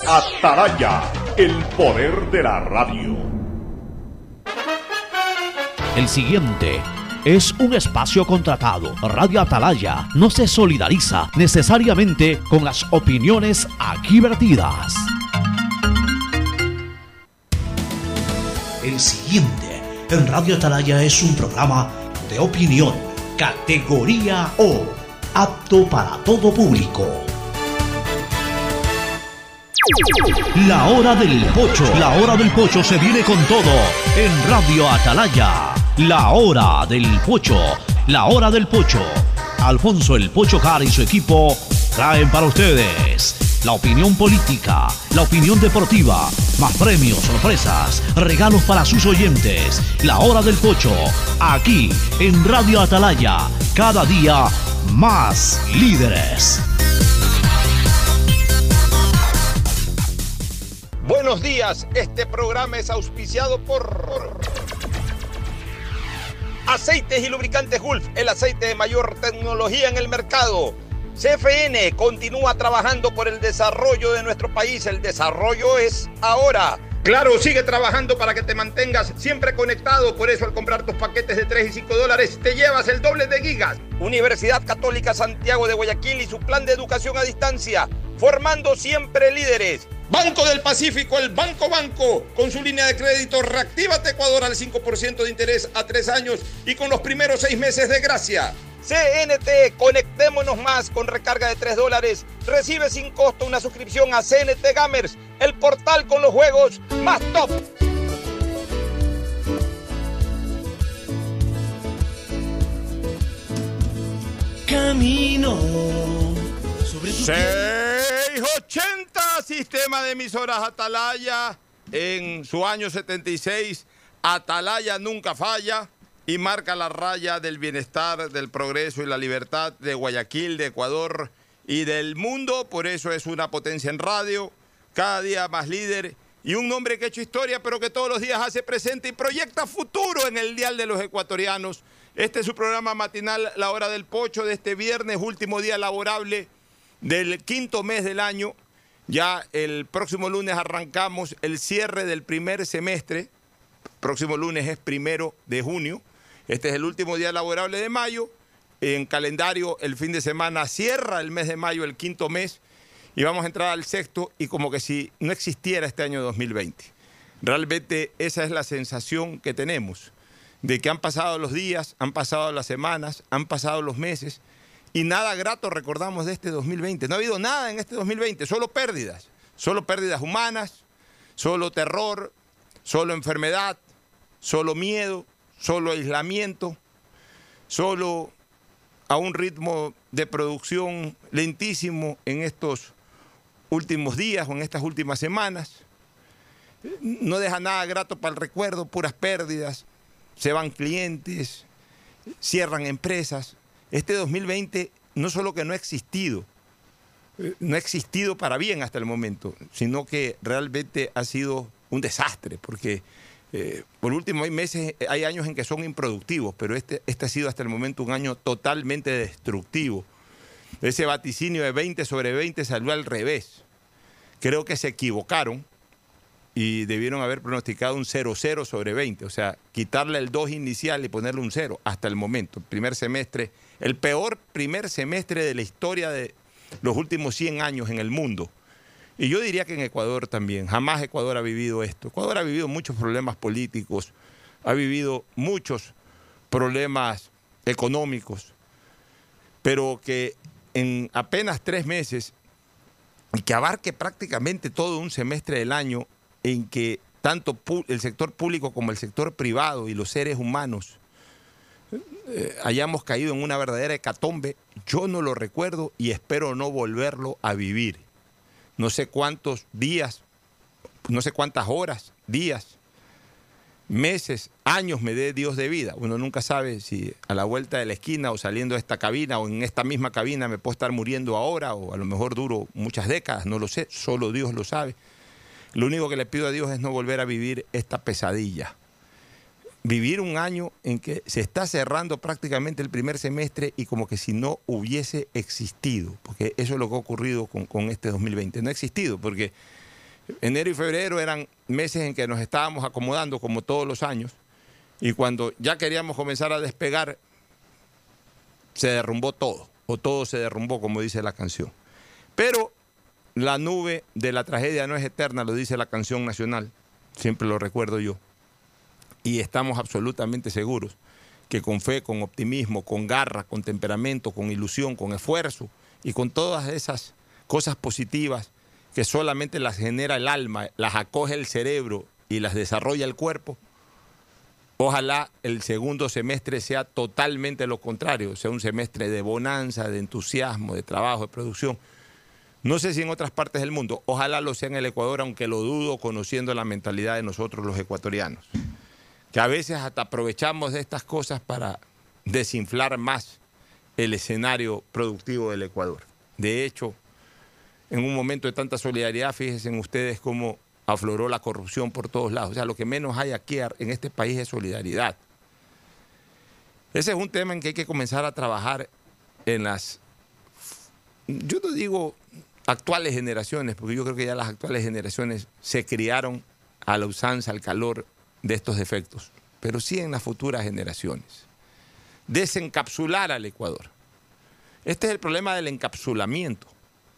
Atalaya, el poder de la radio. El siguiente es un espacio contratado. Radio Atalaya no se solidariza necesariamente con las opiniones aquí vertidas. El siguiente en Radio Atalaya es un programa de opinión, categoría O, apto para todo público. La hora del pocho. La hora del pocho se viene con todo en Radio Atalaya. La hora del pocho. La hora del pocho. Alfonso el Pocho Cara y su equipo traen para ustedes la opinión política, la opinión deportiva, más premios, sorpresas, regalos para sus oyentes. La hora del pocho, aquí en Radio Atalaya, cada día más líderes. Buenos días, este programa es auspiciado por Aceites y Lubricantes Gulf, el aceite de mayor tecnología en el mercado. CFN continúa trabajando por el desarrollo de nuestro país, el desarrollo es ahora. Claro, sigue trabajando para que te mantengas siempre conectado, por eso al comprar tus paquetes de $3 y $5 te llevas el doble de gigas. Universidad Católica Santiago de Guayaquil y su plan de educación a distancia, formando siempre líderes. Banco del Pacífico, el Banco, con su línea de crédito Reactívate Ecuador al 5% de interés a 3 años y con los primeros 6 meses de gracia. CNT, conectémonos más con recarga de $3. Recibe sin costo una suscripción a CNT Gamers, el portal con los juegos más top. Camino sobre tu 680, sistema de emisoras Atalaya, en su año 76, Atalaya nunca falla y marca la raya del bienestar, del progreso y la libertad de Guayaquil, de Ecuador y del mundo. Por eso es una potencia en radio, cada día más líder y un hombre que ha hecho historia, pero que todos los días hace presente y proyecta futuro en el dial de los ecuatorianos. Este es su programa matinal, La Hora del Pocho, de este viernes, último día laborable del quinto mes del año. Ya el próximo lunes arrancamos el cierre del primer semestre. Próximo lunes es 1 de junio. Este es el último día laborable de mayo. En calendario, el fin de semana cierra el mes de mayo, el quinto mes, y vamos a entrar al sexto, y como que si no existiera este año 2020. Realmente esa es la sensación que tenemos, de que han pasado los días, han pasado las semanas, han pasado los meses, y nada grato recordamos de este 2020. No ha habido nada en este 2020, solo pérdidas humanas, solo terror, solo enfermedad, solo miedo, solo aislamiento, solo a un ritmo de producción lentísimo en estos últimos días o en estas últimas semanas. No deja nada grato para el recuerdo, puras pérdidas, se van clientes, cierran empresas. Este 2020 no solo que no ha existido para bien hasta el momento, sino que realmente ha sido un desastre, porque por último hay años en que son improductivos, pero este ha sido hasta el momento un año totalmente destructivo. Ese vaticinio de 20 sobre 20 salió al revés. Creo que se equivocaron y debieron haber pronosticado un 0,0 sobre 20, o sea, quitarle el 2 inicial y ponerle un 0 hasta el momento. Primer semestre, el peor primer semestre de la historia de los últimos 100 años en el mundo. Y yo diría que en Ecuador también. Jamás Ecuador ha vivido esto. Ecuador ha vivido muchos problemas políticos, ha vivido muchos problemas económicos, pero que en apenas 3 meses, y que abarque prácticamente todo un semestre del año, en que tanto el sector público como el sector privado y los seres humanos hayamos caído en una verdadera hecatombe, yo no lo recuerdo y espero no volverlo a vivir. No sé cuántos días, no sé cuántas horas, días, meses, años me dé Dios de vida. Uno nunca sabe si a la vuelta de la esquina o saliendo de esta cabina o en esta misma cabina me puedo estar muriendo ahora, o a lo mejor duro muchas décadas, no lo sé, solo Dios lo sabe. Lo único que le pido a Dios es no volver a vivir esta pesadilla. Vivir un año en que se está cerrando prácticamente el primer semestre y como que si no hubiese existido, porque eso es lo que ha ocurrido con este 2020. No ha existido, porque Enero y febrero eran meses en que nos estábamos acomodando como todos los años, y cuando ya queríamos comenzar a despegar, se derrumbó todo, o todo se derrumbó, como dice la canción. Pero la nube de la tragedia no es eterna, lo dice la canción nacional, siempre lo recuerdo yo. Y estamos absolutamente seguros que con fe, con optimismo, con garra, con temperamento, con ilusión, con esfuerzo y con todas esas cosas positivas que solamente las genera el alma, las acoge el cerebro y las desarrolla el cuerpo, ojalá el segundo semestre sea totalmente lo contrario, sea un semestre de bonanza, de entusiasmo, de trabajo, de producción. No sé si en otras partes del mundo, ojalá lo sea en el Ecuador, aunque lo dudo conociendo la mentalidad de nosotros los ecuatorianos, que a veces hasta aprovechamos de estas cosas para desinflar más el escenario productivo del Ecuador. De hecho, en un momento de tanta solidaridad, fíjense en ustedes cómo afloró la corrupción por todos lados. O sea, lo que menos hay aquí en este país es solidaridad. Ese es un tema en que hay que comenzar a trabajar en las, yo no digo actuales generaciones, porque yo creo que ya las actuales generaciones se criaron a la usanza, al calor de estos defectos, pero sí en las futuras generaciones. Desencapsular al Ecuador. Este es el problema del encapsulamiento,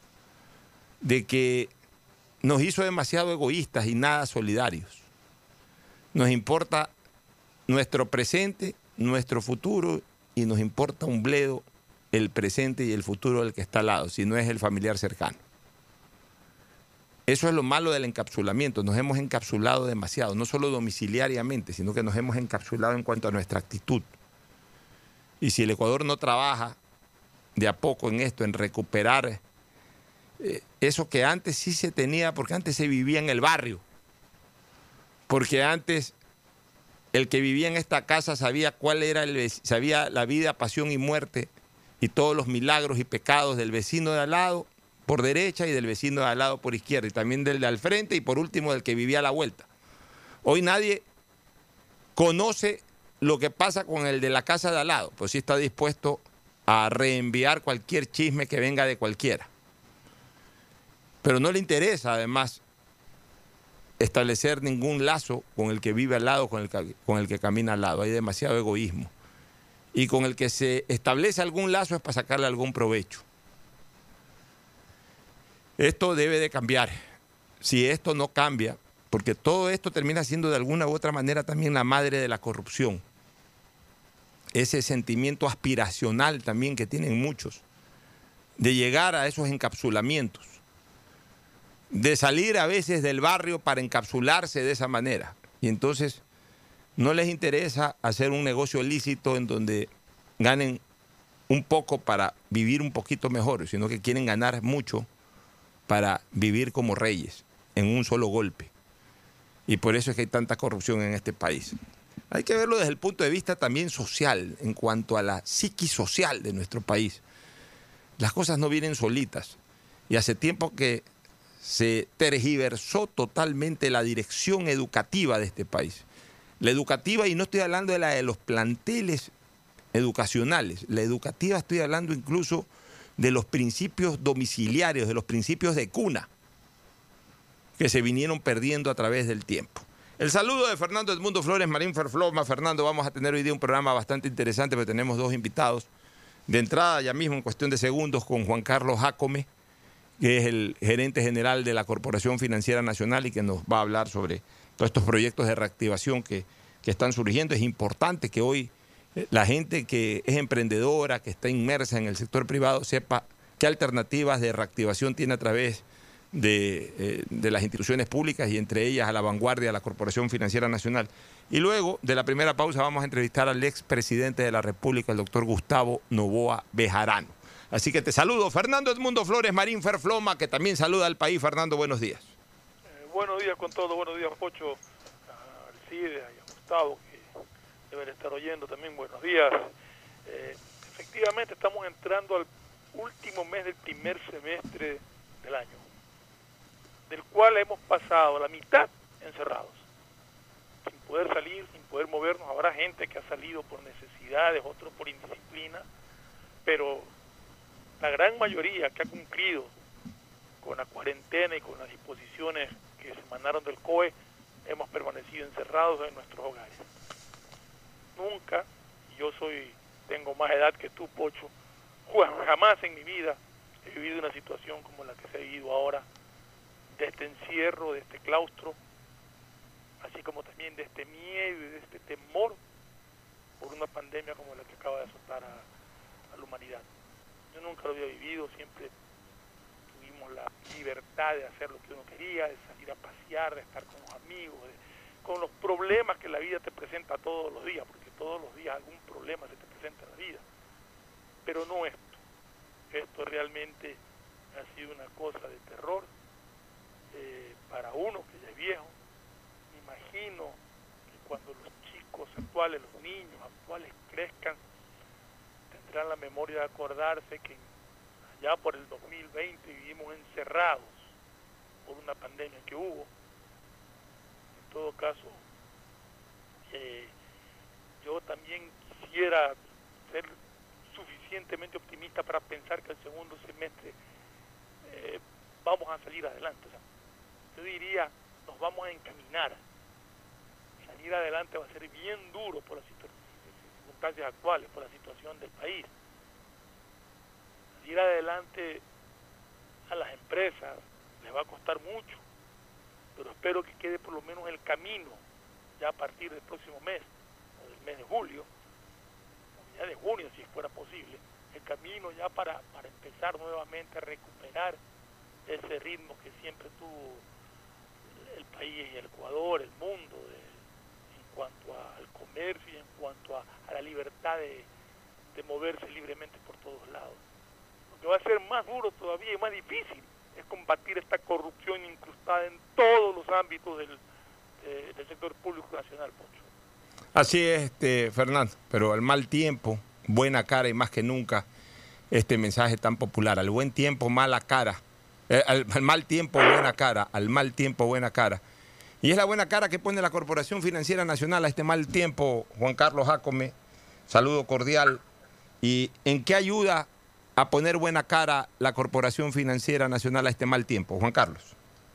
de que nos hizo demasiado egoístas y nada solidarios. Nos importa nuestro presente, nuestro futuro, y nos importa un bledo el presente y el futuro del que está al lado, si no es el familiar cercano. Eso es lo malo del encapsulamiento. Nos hemos encapsulado demasiado, no solo domiciliariamente, sino que nos hemos encapsulado en cuanto a nuestra actitud. Y si el Ecuador no trabaja de a poco en esto, en recuperar eso que antes sí se tenía, porque antes se vivía en el barrio, porque antes el que vivía en esta casa sabía cuál era sabía la vida, pasión y muerte y todos los milagros y pecados del vecino de al lado por derecha y del vecino de al lado por izquierda, y también del de al frente, y por último del que vivía a la vuelta. Hoy nadie conoce lo que pasa con el de la casa de al lado, pues sí está dispuesto a reenviar cualquier chisme que venga de cualquiera. Pero no le interesa, además, establecer ningún lazo con el que vive al lado, con el que camina al lado. Hay demasiado egoísmo. Y con el que se establece algún lazo es para sacarle algún provecho. Esto debe de cambiar. Si esto no cambia, porque todo esto termina siendo de alguna u otra manera también la madre de la corrupción. Ese sentimiento aspiracional también que tienen muchos, de llegar a esos encapsulamientos, de salir a veces del barrio para encapsularse de esa manera. Y entonces no les interesa hacer un negocio lícito en donde ganen un poco para vivir un poquito mejor, sino que quieren ganar mucho para vivir como reyes en un solo golpe. Y por eso es que hay tanta corrupción en este país. Hay que verlo desde el punto de vista también social, en cuanto a la psiquis social de nuestro país. Las cosas no vienen solitas. Y hace tiempo que se tergiversó totalmente la dirección educativa de este país. La educativa, y no estoy hablando de la de los planteles educacionales, la educativa estoy hablando incluso de los principios domiciliarios, de los principios de cuna, que se vinieron perdiendo a través del tiempo. El saludo de Fernando Edmundo Flores Marín Ferfloma. Fernando, vamos a tener hoy día un programa bastante interesante, porque tenemos dos invitados. De entrada, ya mismo en cuestión de segundos, con Juan Carlos Jácome, que es el gerente general de la Corporación Financiera Nacional y que nos va a hablar sobre todos estos proyectos de reactivación que están surgiendo. Es importante que hoy la gente que es emprendedora, que está inmersa en el sector privado, sepa qué alternativas de reactivación tiene a través de las instituciones públicas, y entre ellas a la vanguardia, la Corporación Financiera Nacional. Y luego de la primera pausa vamos a entrevistar al expresidente de la República, el doctor Gustavo Noboa Bejarano. Así que te saludo, Fernando Edmundo Flores Marín Ferfloma, que también saluda al país. Fernando, buenos días. Buenos días con todo, buenos días, Pocho, a Alcide y a Gustavo, que deben estar oyendo también, buenos días. Efectivamente estamos entrando al último mes del primer semestre del año, del cual hemos pasado la mitad encerrados, sin poder salir, sin poder movernos. Habrá gente que ha salido por necesidades, otros por indisciplina, pero la gran mayoría que ha cumplido con la cuarentena y con las disposiciones que mandaron del COE, hemos permanecido encerrados en nuestros hogares. Nunca, tengo más edad que tú, Pocho, jamás en mi vida he vivido una situación como la que se ha vivido ahora, de este encierro, de este claustro, así como también de este miedo y de este temor por una pandemia como la que acaba de azotar a la humanidad. Yo nunca lo había vivido, siempre tuvimos la libertad de hacer lo que uno quería, de salir a pasear, de estar con los amigos, con los problemas que la vida te presenta todos los días, porque todos los días algún problema se te presenta en la vida, pero no esto. Esto realmente ha sido una cosa de terror para uno que ya es viejo. Me imagino que cuando los chicos actuales, los niños actuales crezcan, tendrán la memoria de acordarse que allá por el 2020 vivimos encerrados por una pandemia que hubo. En todo caso, yo también quisiera ser suficientemente optimista para pensar que el segundo semestre vamos a salir adelante. O sea, yo diría, nos vamos a encaminar. Salir adelante va a ser bien duro por las circunstancias actuales, por la situación del país. Salir adelante a las empresas les va a costar mucho, pero espero que quede por lo menos el camino ya a partir del próximo mes, o del mes de julio, o ya de junio si fuera posible, el camino ya para empezar nuevamente a recuperar ese ritmo que siempre tuvo el país, el Ecuador, el mundo, en cuanto al comercio y en cuanto a la libertad de moverse libremente por todos lados. Lo que va a ser más duro todavía y más difícil es combatir esta corrupción incrustada en todos los ámbitos del sector público nacional, Pocho. Así es, Fernando, pero al mal tiempo, buena cara y más que nunca este mensaje tan popular. Al buen tiempo, mala cara. Al mal tiempo, buena cara. Al mal tiempo, buena cara. Y es la buena cara que pone la Corporación Financiera Nacional a este mal tiempo, Juan Carlos Jácome. Saludo cordial. ¿Y en qué ayuda a poner buena cara la Corporación Financiera Nacional a este mal tiempo, Juan Carlos?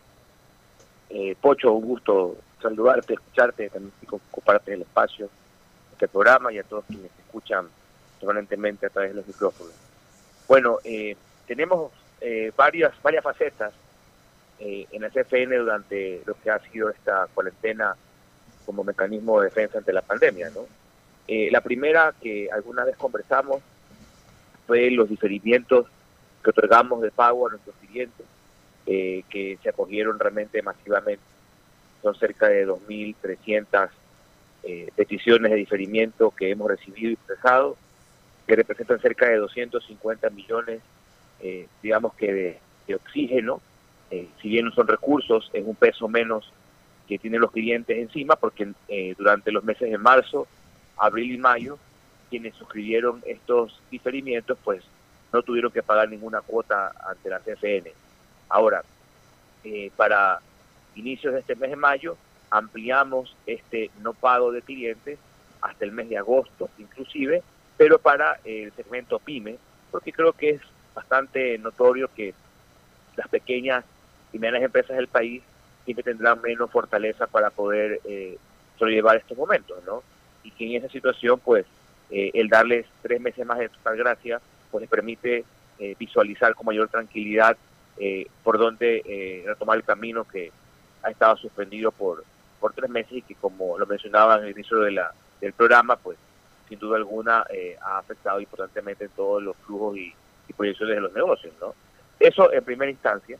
Pocho, un gusto saludarte, escucharte, también compartes el espacio, este programa y a todos quienes escuchan permanentemente a través de los micrófonos. Bueno, tenemos varias facetas en la CFN durante lo que ha sido esta cuarentena como mecanismo de defensa ante la pandemia, ¿no? La primera que alguna vez conversamos fue los diferimientos que otorgamos de pago a nuestros clientes, que se acogieron realmente masivamente. Son cerca de 2.300 peticiones de diferimiento que hemos recibido y procesado, que representan cerca de 250 millones, digamos que de oxígeno. Si bien no son recursos, es un peso menos que tienen los clientes encima, porque durante los meses de marzo, abril y mayo, quienes suscribieron estos diferimientos, pues no tuvieron que pagar ninguna cuota ante la CFN. Ahora, para inicios de este mes de mayo, ampliamos este no pago de clientes hasta el mes de agosto, inclusive, pero para el segmento PYME, porque creo que es bastante notorio que las pequeñas y medianas empresas del país siempre tendrán menos fortaleza para poder sobrellevar estos momentos, ¿no? Y que en esa situación, pues, el darles 3 meses más de total gracia, pues les permite visualizar con mayor tranquilidad por dónde retomar el camino que ha estado suspendido por 3 meses y que, como lo mencionaba en el inicio del programa, pues sin duda alguna ha afectado importantemente en todos los flujos y proyecciones de los negocios, ¿no? Eso en primera instancia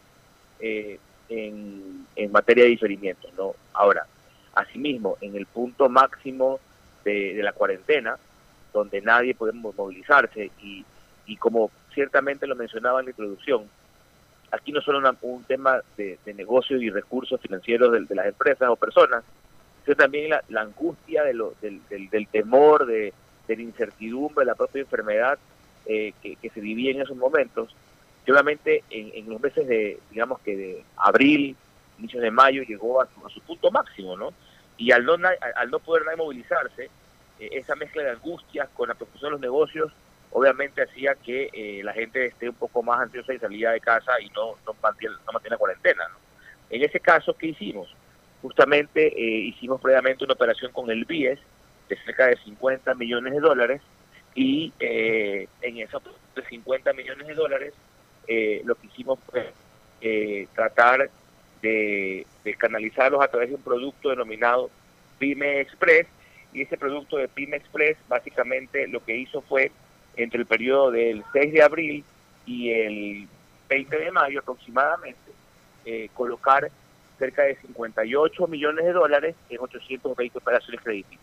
en materia de diferimientos, ¿no? Ahora, asimismo, en el punto máximo de la cuarentena, donde nadie puede movilizarse y como ciertamente lo mencionaba en la introducción, aquí no solo un tema de negocios y recursos financieros de las empresas o personas, sino también la angustia del temor, de la incertidumbre, de la propia enfermedad que se vivía en esos momentos. Que obviamente en los meses digamos que de abril, inicios de mayo, llegó a su punto máximo, ¿no? Y al no poder nadie movilizarse, esa mezcla de angustias con la preocupación de los negocios, obviamente hacía que la gente esté un poco más ansiosa y salía de casa y no mantiene la cuarentena, ¿no? En ese caso, ¿qué hicimos? Justamente hicimos previamente una operación con el BIES de cerca de 50 millones de dólares y en esa de 50 millones de dólares lo que hicimos fue tratar de canalizarlos a través de un producto denominado Pyme Express, y ese producto de Pyme Express básicamente lo que hizo fue, entre el periodo del 6 de abril y el 20 de mayo aproximadamente, colocar cerca de 58 millones de dólares en 820 operaciones crediticias.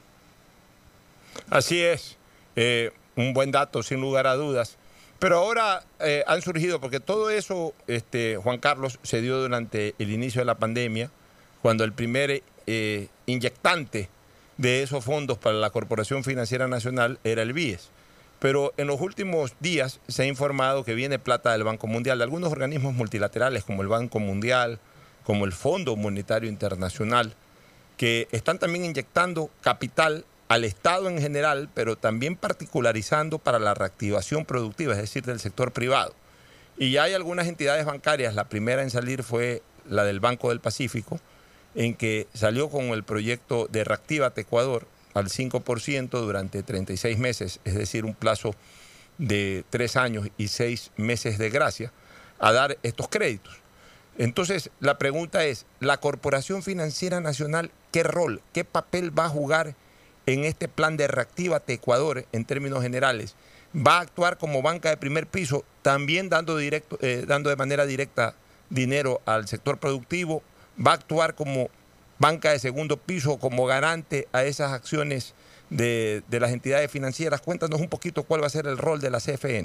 Así es, un buen dato sin lugar a dudas. Pero ahora han surgido, porque todo eso, Juan Carlos, se dio durante el inicio de la pandemia, cuando el primer inyectante de esos fondos para la Corporación Financiera Nacional era el BIES. Pero en los últimos días se ha informado que viene plata del Banco Mundial, de algunos organismos multilaterales como el Banco Mundial, como el Fondo Monetario Internacional, que están también inyectando capital al Estado en general, pero también particularizando para la reactivación productiva, es decir, del sector privado. Y ya hay algunas entidades bancarias, la primera en salir fue la del Banco del Pacífico, en que salió con el proyecto de Reactívate Ecuador al 5% durante 36 meses, es decir, un plazo de 3 años y 6 meses de gracia, a dar estos créditos. Entonces, la pregunta es, ¿la Corporación Financiera Nacional qué rol, qué papel va a jugar en este plan de Reactívate Ecuador en términos generales? ¿Va a actuar como banca de primer piso, también dando de manera directa dinero al sector productivo? ¿Va a actuar como banca de segundo piso, como garante a esas acciones de las entidades financieras? Cuéntanos un poquito cuál va a ser el rol de la CFN.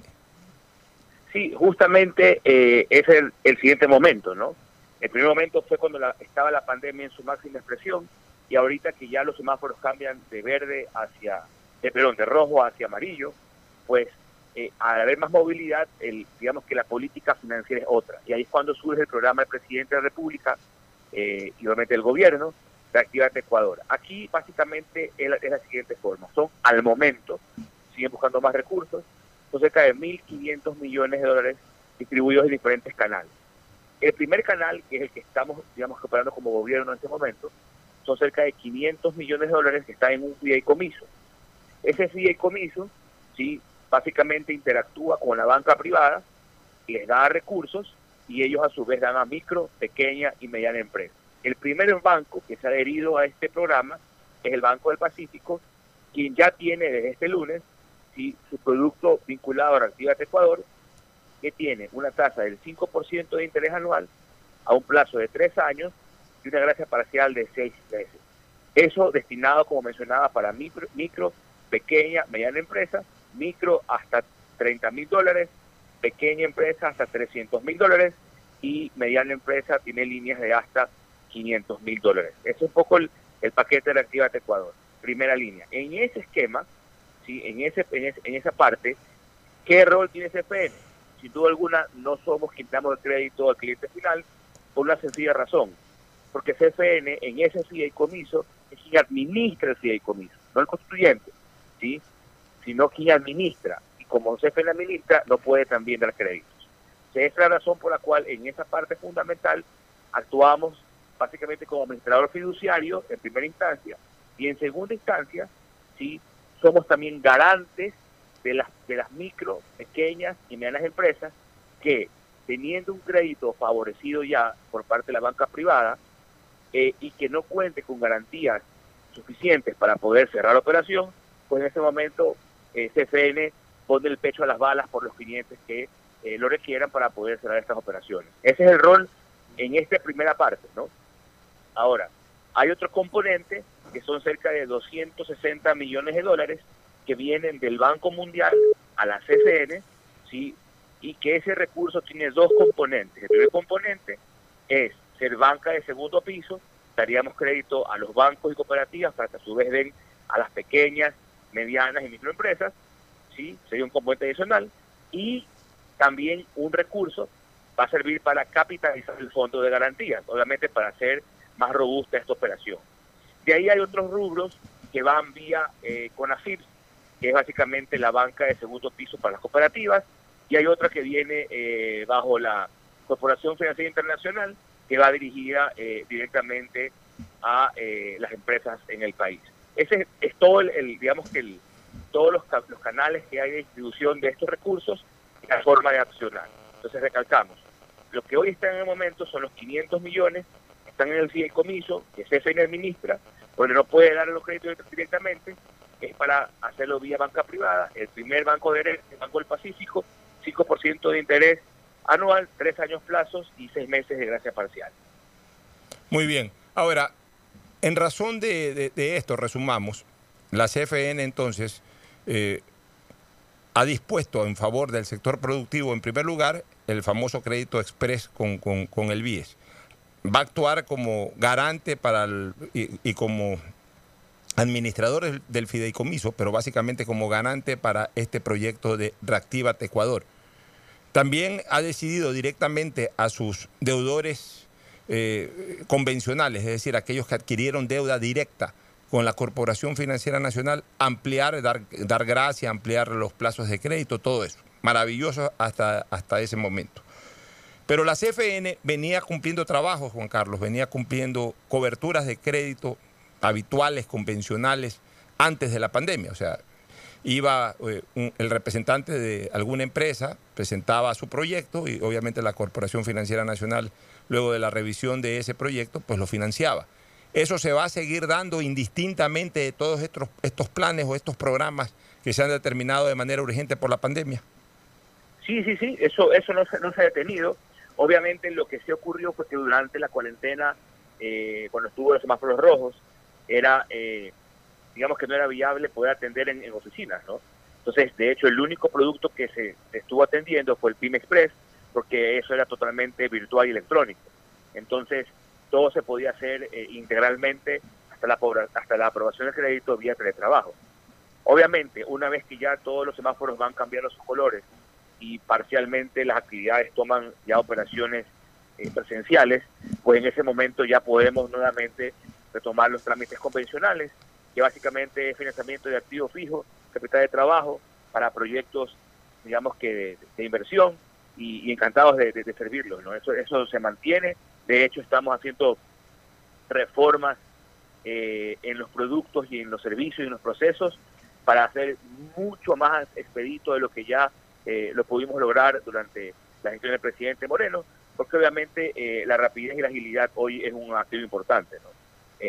Sí, justamente es el siguiente momento, ¿no? El primer momento fue cuando estaba la pandemia en su máxima expresión, y ahorita que ya los semáforos cambian de verde de rojo hacia amarillo, pues al haber más movilidad, digamos que la política financiera es otra. Y ahí es cuando surge el programa del presidente de la República y obviamente el gobierno, Reactívate Ecuador. Aquí básicamente es la siguiente forma. Son, al momento, siguen buscando más recursos, son cerca de 1.500 millones de dólares distribuidos en diferentes canales. El primer canal, que es el que estamos, digamos, operando como gobierno en este momento, son cerca de 500 millones de dólares que están en un fideicomiso. Ese fideicomiso, sí, básicamente interactúa con la banca privada, les da recursos y ellos a su vez dan a micro, pequeña y mediana empresa. El primer banco que se ha adherido a este programa es el Banco del Pacífico, quien ya tiene desde este lunes, sí, su producto vinculado a Reactívate Ecuador, que tiene una tasa del 5% de interés anual a un plazo de 3 años y una gracia parcial de 6 meses. Eso destinado, como mencionaba, para micro, pequeña, mediana empresa, micro hasta $30,000, pequeña empresa hasta $300,000 y mediana empresa tiene líneas de hasta $500,000. Ese es un poco el paquete de Reactívate Ecuador, primera línea. En ese esquema, ¿sí? en esa parte, ¿qué rol tiene CFN? Sin duda alguna, no somos quien damos el crédito al cliente final por una sencilla razón, porque CFN en ese fideicomiso es quien administra el fideicomiso, no el constituyente, ¿sí? Sino quien administra, y como CFN administra, no puede también dar créditos. Esa es la razón por la cual en esa parte fundamental actuamos básicamente como administrador fiduciario en primera instancia, y en segunda instancia, ¿sí? Somos también garantes de las micro, pequeñas y medianas empresas que, teniendo un crédito favorecido ya por parte de la banca privada y que no cuente con garantías suficientes para poder cerrar la operación, pues en ese momento CFN pone el pecho a las balas por los clientes que lo requieran para poder cerrar estas operaciones. Ese es el rol en esta primera parte, ¿no? Ahora, hay otro componente que son cerca de 260 millones de dólares que vienen del Banco Mundial a la CFN, ¿sí? Y que ese recurso tiene dos componentes. El primer componente es ser banca de segundo piso, daríamos crédito a los bancos y cooperativas para que a su vez den a las pequeñas, medianas y microempresas, ¿sí? Sería un componente adicional, y también un recurso va a servir para capitalizar el fondo de garantías, obviamente para hacer más robusta esta operación. De ahí hay otros rubros que van vía CONAFIPS, que es básicamente la banca de segundo piso para las cooperativas, y hay otra que viene bajo la Corporación Financiera Internacional, que va dirigida directamente a las empresas en el país. Ese es todo digamos que todos los canales que hay de distribución de estos recursos y la forma de accionar. Entonces recalcamos, lo que hoy está en el momento son los 500 millones que están en el fideicomiso, que CFN administra, donde no puede dar los créditos directamente, es para hacerlo vía banca privada. El primer banco de derecho, el Banco del Pacífico, 5% de interés anual, 3 años plazos y 6 meses de gracia parcial. Muy bien. Ahora, en razón de esto, resumamos, la CFN entonces ha dispuesto en favor del sector productivo, en primer lugar, el famoso crédito express con el BIES. Va a actuar como garante y como administrador del fideicomiso, pero básicamente como garante para este proyecto de Reactívate Ecuador. También ha decidido directamente a sus deudores convencionales, es decir, aquellos que adquirieron deuda directa con la Corporación Financiera Nacional, ampliar, dar gracia, ampliar los plazos de crédito, todo eso. Maravilloso hasta ese momento. Pero la CFN venía cumpliendo trabajos, Juan Carlos, venía cumpliendo coberturas de crédito habituales, convencionales, antes de la pandemia. O sea, iba el representante de alguna empresa, presentaba su proyecto y obviamente la Corporación Financiera Nacional, luego de la revisión de ese proyecto, pues lo financiaba. ¿Eso se va a seguir dando indistintamente de todos estos planes o estos programas que se han determinado de manera urgente por la pandemia? Sí, eso no se ha detenido. Obviamente lo que sí ocurrió fue que durante la cuarentena, cuando estuvo los semáforos rojos, era, digamos que no era viable poder atender en oficinas, ¿no? Entonces, de hecho, el único producto que se estuvo atendiendo fue el PYME Express, porque eso era totalmente virtual y electrónico. Entonces, todo se podía hacer integralmente hasta la aprobación del crédito vía teletrabajo. Obviamente, una vez que ya todos los semáforos van cambiando sus colores y parcialmente las actividades toman ya operaciones presenciales, pues en ese momento ya podemos nuevamente retomar los trámites convencionales, que básicamente es financiamiento de activos fijos, capital de trabajo para proyectos, digamos que de inversión, y encantados de servirlos, ¿no? Eso se mantiene. De hecho, estamos haciendo reformas en los productos y en los servicios y en los procesos para hacer mucho más expedito de lo que ya lo pudimos lograr durante la gestión del presidente Moreno, porque obviamente la rapidez y la agilidad hoy es un activo importante, ¿no?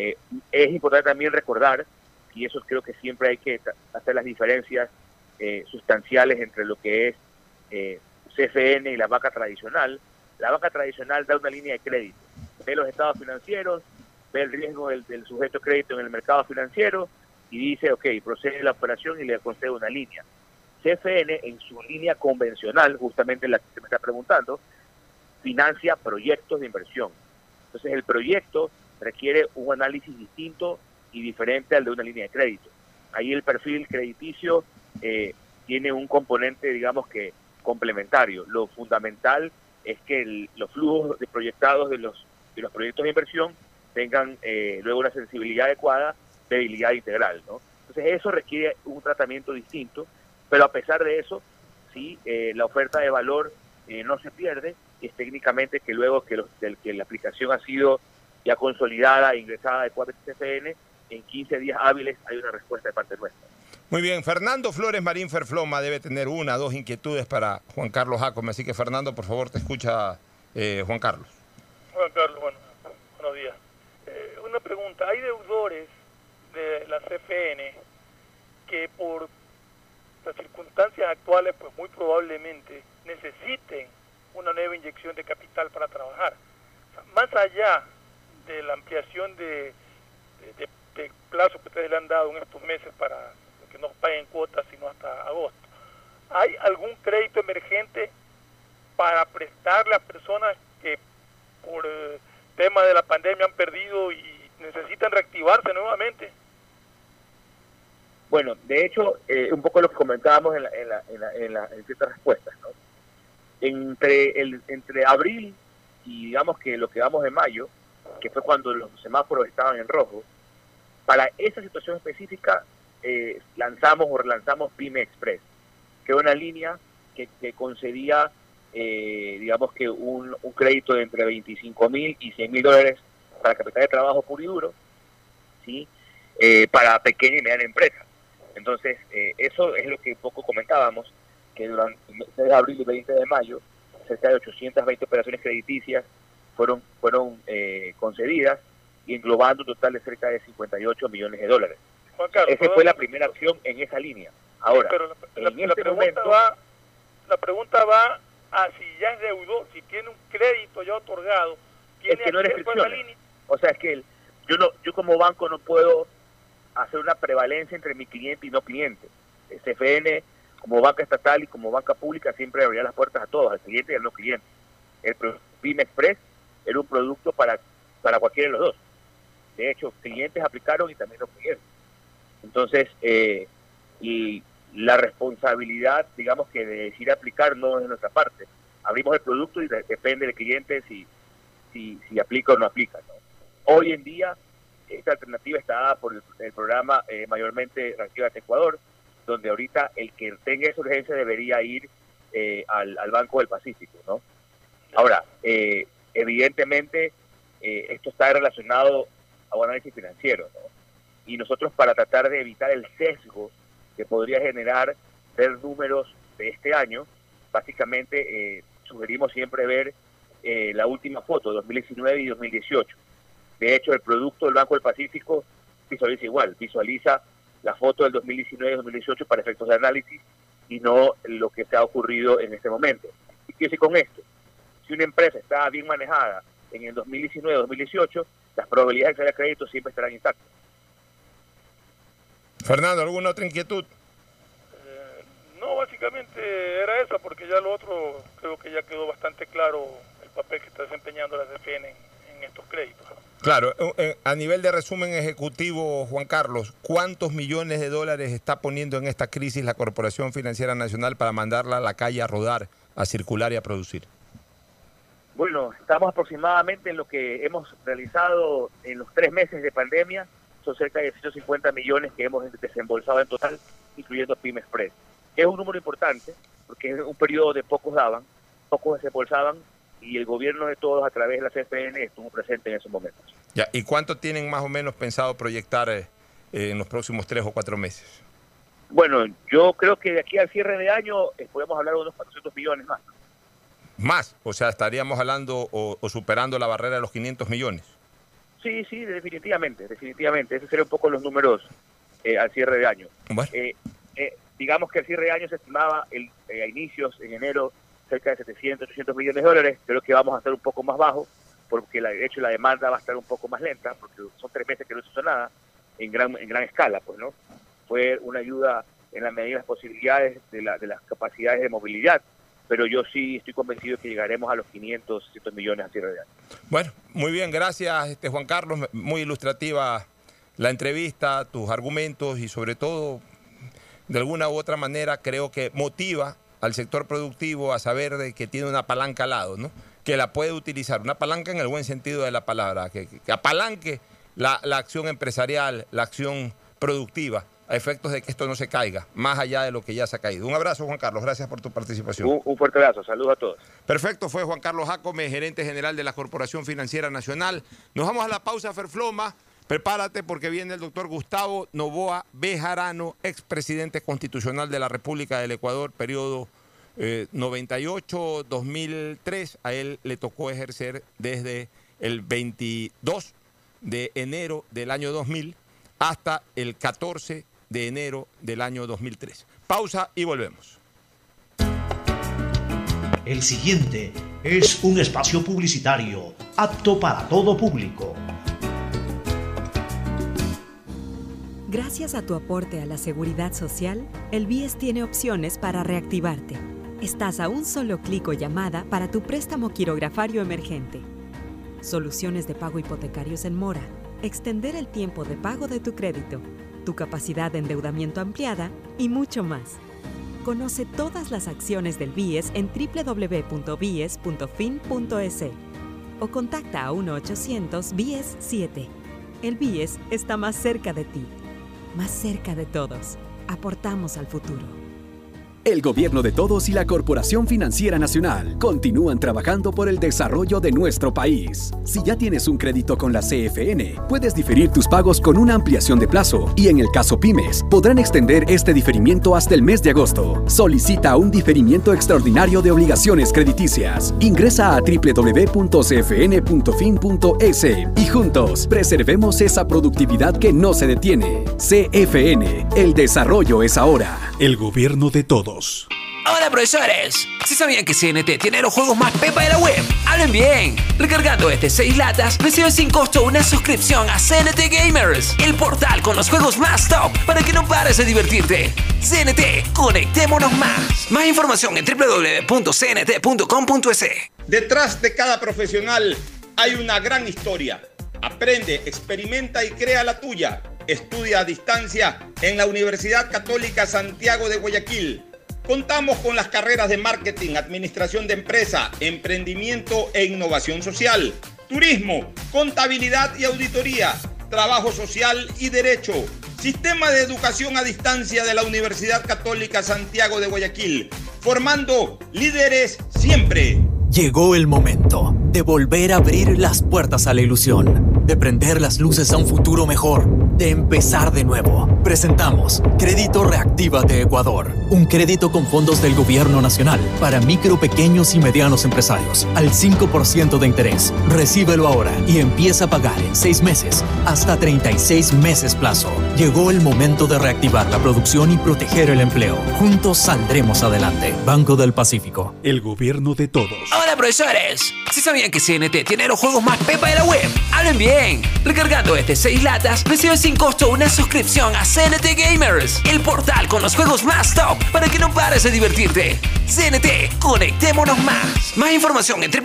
Es importante también recordar, y eso creo que siempre hay que hacer las diferencias sustanciales entre lo que es CFN y la banca tradicional. La banca tradicional da una línea de crédito, ve los estados financieros, ve el riesgo del sujeto de crédito en el mercado financiero y dice, ok, procede la operación y le concede una línea. CFN, en su línea convencional, justamente la que se me está preguntando, financia proyectos de inversión. Entonces, el proyecto requiere un análisis distinto y diferente al de una línea de crédito. Ahí el perfil crediticio tiene un componente, digamos que complementario. Lo fundamental es que los flujos proyectados de los proyectos de inversión tengan luego una sensibilidad adecuada de habilidad integral, ¿no? Entonces eso requiere un tratamiento distinto, pero a pesar de eso, sí, la oferta de valor no se pierde, y es técnicamente que luego que la aplicación ha sido ya consolidada e ingresada de CFN, en 15 días hábiles hay una respuesta de parte nuestra. Muy bien, Fernando Flores Marín Ferfloma debe tener 1 o 2 inquietudes para Juan Carlos Jácome, así que Fernando, por favor, te escucha Juan Carlos. Juan Carlos, buenos días. Una pregunta, ¿hay deudores de la CFN que por las circunstancias actuales, pues muy probablemente necesiten una nueva inyección de capital para trabajar? O sea, más allá de la ampliación de plazo que ustedes le han dado en estos meses para que no paguen cuotas sino hasta agosto, ¿hay algún crédito emergente para prestarle a personas que por tema de la pandemia han perdido y necesitan reactivarse nuevamente? Bueno, de hecho, un poco lo que comentábamos en ciertas respuestas, ¿no? Entre abril y digamos que lo que vamos de mayo, que fue cuando los semáforos estaban en rojo, para esa situación específica lanzamos o relanzamos PYME Express, que era una línea que concedía digamos que un crédito de entre $25,000 y $100,000 para capital de trabajo puro y duro, ¿sí? Para pequeña y mediana empresa. Entonces, eso es lo que un poco comentábamos, que durante el mes de abril y 20 de mayo, cerca de 820 operaciones crediticias fueron concedidas, y englobando un total de cerca de $58 millones. Juan Carlos, esa fue la primera acción en esa línea. Ahora, pero la pregunta va a si ya es deudor, si tiene un crédito ya otorgado, tiene es que no hay acceso a esa restricciones. línea. O sea, es que yo como banco no puedo hacer una prevalencia entre mi cliente y no cliente. El CFN, como banca estatal y como banca pública, siempre abrirá las puertas a todos, al cliente y al no cliente. El PYME Express era un producto para cualquiera de los dos. De hecho, clientes aplicaron y también los clientes. Entonces, y la responsabilidad, digamos que de decir aplicar no es de nuestra parte. Abrimos el producto y depende del cliente si aplica o no aplica, ¿no? Hoy en día, esta alternativa está dada por el programa mayormente Reactívate Ecuador, donde ahorita el que tenga esa urgencia debería ir al Banco del Pacífico, ¿no? Ahora, evidentemente, esto está relacionado a un análisis financiero, ¿no? Y nosotros, para tratar de evitar el sesgo que podría generar ver números de este año, básicamente sugerimos siempre ver la última foto, 2019 y 2018. De hecho, el producto del Banco del Pacífico visualiza igual, visualiza la foto del 2019 y 2018 para efectos de análisis y no lo que se ha ocurrido en este momento. ¿Y qué decir con esto? Si una empresa está bien manejada en el 2019 o 2018, las probabilidades de que haya crédito siempre estarán intactas. Fernando, ¿alguna otra inquietud? No, básicamente era esa, porque ya lo otro creo que ya quedó bastante claro el papel que está desempeñando la CFN en estos créditos. Claro, a nivel de resumen ejecutivo, Juan Carlos, ¿cuántos millones de dólares está poniendo en esta crisis la Corporación Financiera Nacional para mandarla a la calle a rodar, a circular y a producir? Bueno, estamos aproximadamente en lo que hemos realizado en los 3 meses de pandemia, son cerca de 150 millones que hemos desembolsado en total, incluyendo PYME Express. Es un número importante, porque es un periodo de pocos daban, pocos desembolsaban, y el gobierno de todos a través de la CFN estuvo presente en esos momentos. Ya, ¿y cuánto tienen más o menos pensado proyectar en los próximos 3 o 4 meses? Bueno, yo creo que de aquí al cierre de año podemos hablar de unos 400 millones más. Más, o sea, estaríamos hablando o superando la barrera de los 500 millones. Sí, definitivamente. Esos serían un poco los números al cierre de año. Bueno. Digamos que al cierre de año se estimaba a inicios, en enero, cerca de 700, 800 millones de dólares. Creo que vamos a estar un poco más bajo, porque de hecho la demanda va a estar un poco más lenta, porque son 3 meses que no se hizo nada en gran escala, pues, ¿no? Fue una ayuda en la medida de las posibilidades de las capacidades de movilidad, pero yo sí estoy convencido de que llegaremos a los 500, 600 millones a cierre de año. Bueno, muy bien, gracias Juan Carlos, muy ilustrativa la entrevista, tus argumentos y sobre todo, de alguna u otra manera, creo que motiva al sector productivo a saber de que tiene una palanca al lado, ¿no? Que la puede utilizar, una palanca en el buen sentido de la palabra, que apalanque la acción empresarial, la acción productiva, a efectos de que esto no se caiga, más allá de lo que ya se ha caído. Un abrazo, Juan Carlos, gracias por tu participación. Un fuerte abrazo, saludos a todos. Perfecto, fue Juan Carlos Jácome, gerente general de la Corporación Financiera Nacional. Nos vamos a la pausa, Ferfloma. Prepárate porque viene el doctor Gustavo Noboa Bejarano, expresidente constitucional de la República del Ecuador, periodo 98-2003. A él le tocó ejercer desde el 22 de enero del año 2000 hasta el 14 de enero del año 2003. Pausa y volvemos. El siguiente es un espacio publicitario apto para todo público. Gracias a tu aporte a la seguridad social, el BIES tiene opciones para reactivarte. Estás a un solo clic o llamada para tu préstamo quirografario emergente. Soluciones de pago hipotecarios en mora, extender el tiempo de pago de tu crédito, tu capacidad de endeudamiento ampliada y mucho más. Conoce todas las acciones del BIES en www.bies.fin.es o contacta a 1-800-BIES-7. El BIES está más cerca de ti, más cerca de todos. Aportamos al futuro. El Gobierno de Todos y la Corporación Financiera Nacional continúan trabajando por el desarrollo de nuestro país. Si ya tienes un crédito con la CFN, puedes diferir tus pagos con una ampliación de plazo y en el caso pymes, podrán extender este diferimiento hasta el mes de agosto. Solicita un diferimiento extraordinario de obligaciones crediticias. Ingresa a www.cfn.fin.es y juntos preservemos esa productividad que no se detiene. CFN, el desarrollo es ahora. El gobierno de todos. Hola profesores, ¿sí sabían que CNT tiene los juegos más pepa de la web? ¡Hablen bien! Recargando 6 latas, recibes sin costo una suscripción a CNT Gamers, el portal con los juegos más top para que no pares de divertirte. CNT, conectémonos más. Más información en www.cnt.com.es. Detrás de cada profesional hay una gran historia. Aprende, experimenta y crea la tuya. Estudia a distancia en la Universidad Católica Santiago de Guayaquil. Contamos con las carreras de marketing, administración de empresa, emprendimiento e innovación social, turismo, contabilidad y auditoría, trabajo social y derecho. Sistema de educación a distancia de la Universidad Católica Santiago de Guayaquil, formando líderes siempre. Llegó el momento de volver a abrir las puertas a la ilusión, de prender las luces a un futuro mejor, de empezar de nuevo. Presentamos Crédito Reactívate Ecuador, un crédito con fondos del Gobierno Nacional para micro, pequeños y medianos empresarios al 5% de interés. Recíbelo ahora y empieza a pagar en 6 meses hasta 36 meses plazo. Llegó el momento de reactivar la producción y proteger el empleo. Juntos saldremos adelante. Banco del Pacífico. El gobierno de todos. Hola profesores, ¿sí sabían que CNT tiene los juegos más pepa de la web? ¡Hablen bien! Recargando 6 latas, recibes sin costo una suscripción a CNT Gamers, el portal con los juegos más top para que no pares de divertirte. CNT, conectémonos más. Más información en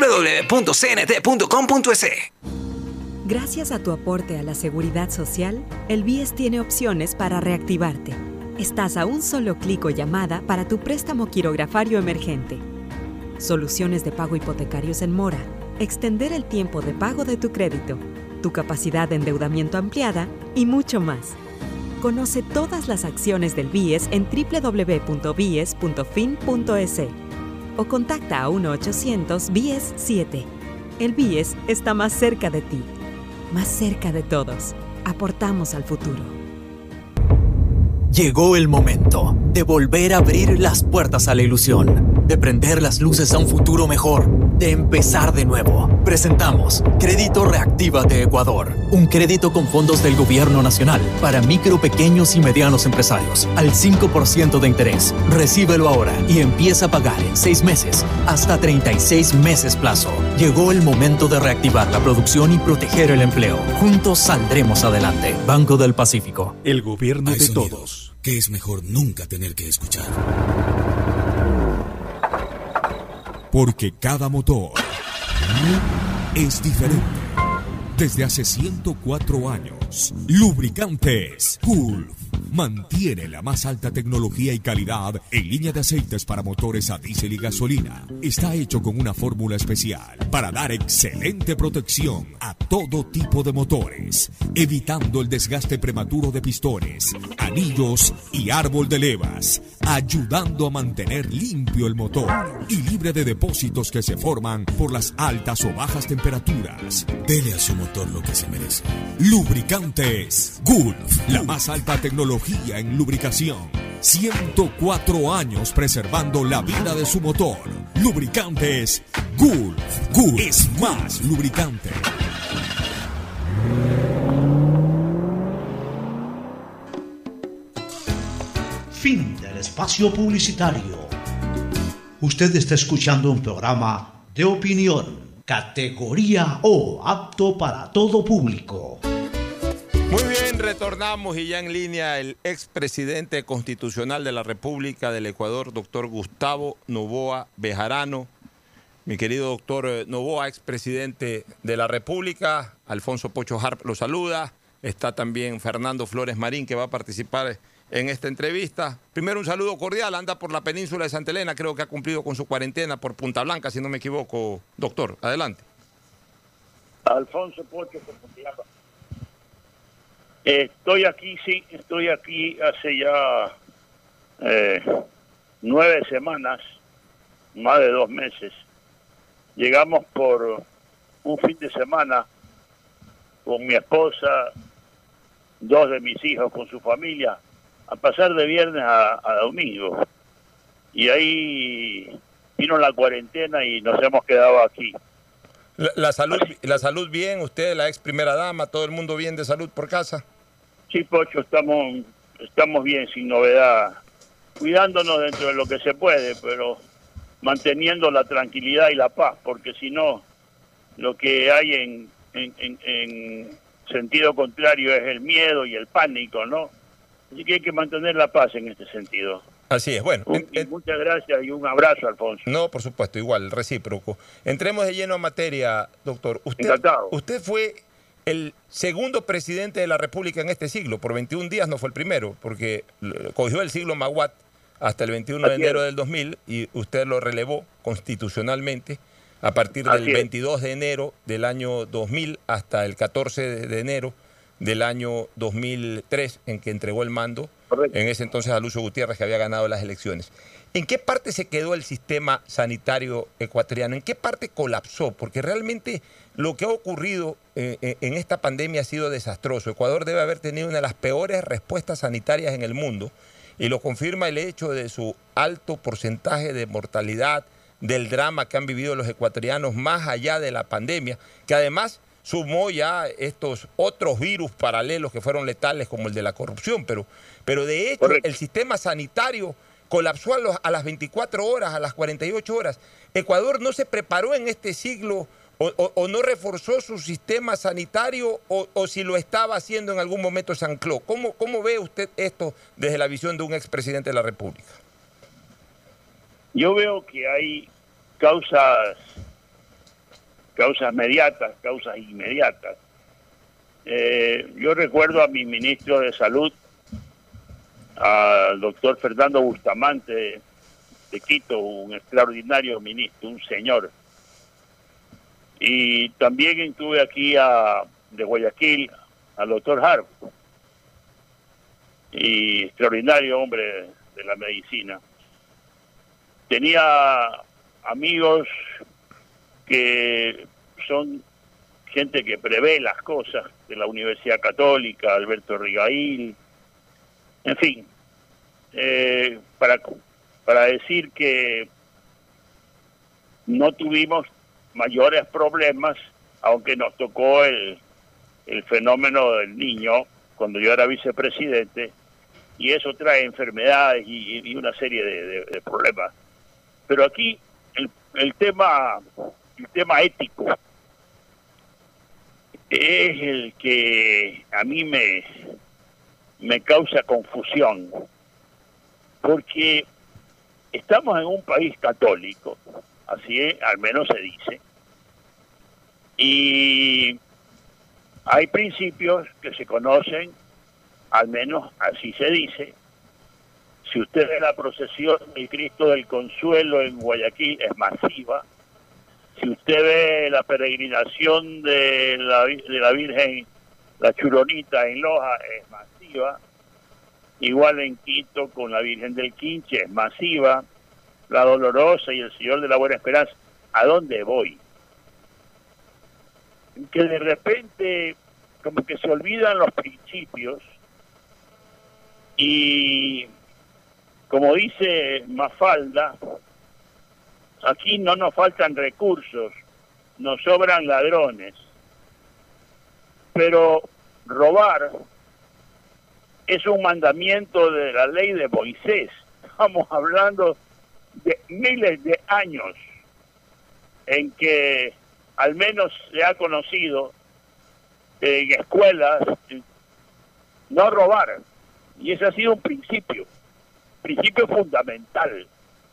www.cnt.com.es. Gracias a tu aporte a la seguridad social, el BIES tiene opciones para reactivarte. Estás a un solo clic o llamada para tu préstamo quirografario emergente. Soluciones de pago hipotecarios en mora, extender el tiempo de pago de tu crédito, tu capacidad de endeudamiento ampliada y mucho más. Conoce todas las acciones del BIES en www.bies.fin.es o contacta a 1-800-BIES-7. El BIES está más cerca de ti, más cerca de todos. Aportamos al futuro. Llegó el momento de volver a abrir las puertas a la ilusión, de prender las luces a un futuro mejor, de empezar de nuevo. Presentamos Crédito Reactívate Ecuador, un crédito con fondos del Gobierno Nacional para micro, pequeños y medianos empresarios al 5% de interés. Recíbelo ahora y empieza a pagar en 6 meses hasta 36 meses plazo. Llegó el momento de reactivar la producción y proteger el empleo. Juntos saldremos adelante. Banco del Pacífico. El gobierno de todos. Que es mejor nunca tener que escuchar. Porque cada motor es diferente. Desde hace 104 años, Lubricantes Gulf mantiene la más alta tecnología y calidad en línea de aceites para motores a diésel y gasolina. Está hecho con una fórmula especial para dar excelente protección a todo tipo de motores, evitando el desgaste prematuro de pistones, anillos y árbol de levas, ayudando a mantener limpio el motor y libre de depósitos que se forman por las altas o bajas temperaturas. Dele a su motor lo que se merece. Lubricantes Gulf, la más alta tecnología en lubricación. 104 años preservando la vida de su motor. Lubricantes Gulf. Gulf es más lubricante. Fin del espacio publicitario. Usted está escuchando un programa de opinión, categoría O, apto para todo público. Muy bien, retornamos y ya en línea el expresidente constitucional de la República del Ecuador, doctor Gustavo Noboa Bejarano. Mi querido doctor Noboa, expresidente de la República, Alfonso Pocho Harp lo saluda. Está también Fernando Flores Marín, que va a participar en esta entrevista. Primero un saludo cordial, anda por la península de Santa Elena, creo que ha cumplido con su cuarentena por Punta Blanca, si no me equivoco. Doctor, adelante. Alfonso Pocho, ¿cómo se llama? Estoy aquí, sí, estoy aquí hace ya 9 semanas, más de 2 meses. Llegamos por un fin de semana con mi esposa, 2 de mis hijos con su familia, a pasar de viernes a domingo. Y ahí vino la cuarentena y nos hemos quedado aquí. La salud bien, usted, la ex primera dama, todo el mundo bien de salud por casa. Sí, Pocho, estamos bien, sin novedad, cuidándonos dentro de lo que se puede, pero manteniendo la tranquilidad y la paz, porque si no, lo que hay en sentido contrario es el miedo y el pánico, ¿no? Así que hay que mantener la paz en este sentido. Así es, bueno. Muchas gracias y un abrazo, Alfonso. No, por supuesto, igual, recíproco. Entremos de lleno a materia, doctor. Usted fue el segundo presidente de la República en este siglo. Por 21 días no fue el primero, porque cogió el siglo Maguat hasta el 21 de enero del 2000 y usted lo relevó constitucionalmente a partir del 22 de enero del año 2000 hasta el 14 de enero del año 2003, en que entregó el mando. Correcto. En ese entonces a Lucio Gutiérrez, que había ganado las elecciones. ¿En qué parte se quedó el sistema sanitario ecuatoriano? ¿En qué parte colapsó? Porque realmente lo que ha ocurrido en esta pandemia ha sido desastroso. Ecuador debe haber tenido una de las peores respuestas sanitarias en el mundo, y lo confirma el hecho de su alto porcentaje de mortalidad, del drama que han vivido los ecuatorianos más allá de la pandemia, que además sumó ya estos otros virus paralelos que fueron letales, como el de la corrupción, pero de hecho correcto, el sistema sanitario colapsó a las 24 horas, a las 48 horas. ¿Ecuador no se preparó en este siglo o no reforzó su sistema sanitario o si lo estaba haciendo en algún momento se ancló? ¿Cómo ve usted esto desde la visión de un expresidente de la República? Yo veo que hay causas mediatas, causas inmediatas. Yo recuerdo a mi ministro de Salud, al doctor Fernando Bustamante de Quito, un extraordinario ministro, un señor. Y también tuve aquí de Guayaquil al doctor Harp, y extraordinario hombre de la medicina. Tenía amigos que son gente que prevé las cosas, de la Universidad Católica, Alberto Rigail, en fin, para decir que no tuvimos mayores problemas, aunque nos tocó el fenómeno del niño cuando yo era vicepresidente, y eso trae enfermedades y una serie de problemas. Pero aquí el tema ético es el que a mí me causa confusión, porque estamos en un país católico, así es, al menos se dice, y hay principios que se conocen, al menos así se dice. Si usted ve la procesión del Cristo del Consuelo en Guayaquil, es masiva. Si usted ve la peregrinación de la Virgen, la Churonita en Loja, es masiva. Igual en Quito con la Virgen del Quinche, es masiva. La Dolorosa y el Señor de la Buena Esperanza. ¿A dónde voy? Que de repente como que se olvidan los principios y, como dice Mafalda, aquí no nos faltan recursos, nos sobran ladrones, pero robar es un mandamiento de la ley de Moisés. Estamos hablando de miles de años en que al menos se ha conocido en escuelas no robar, y ese ha sido un principio fundamental.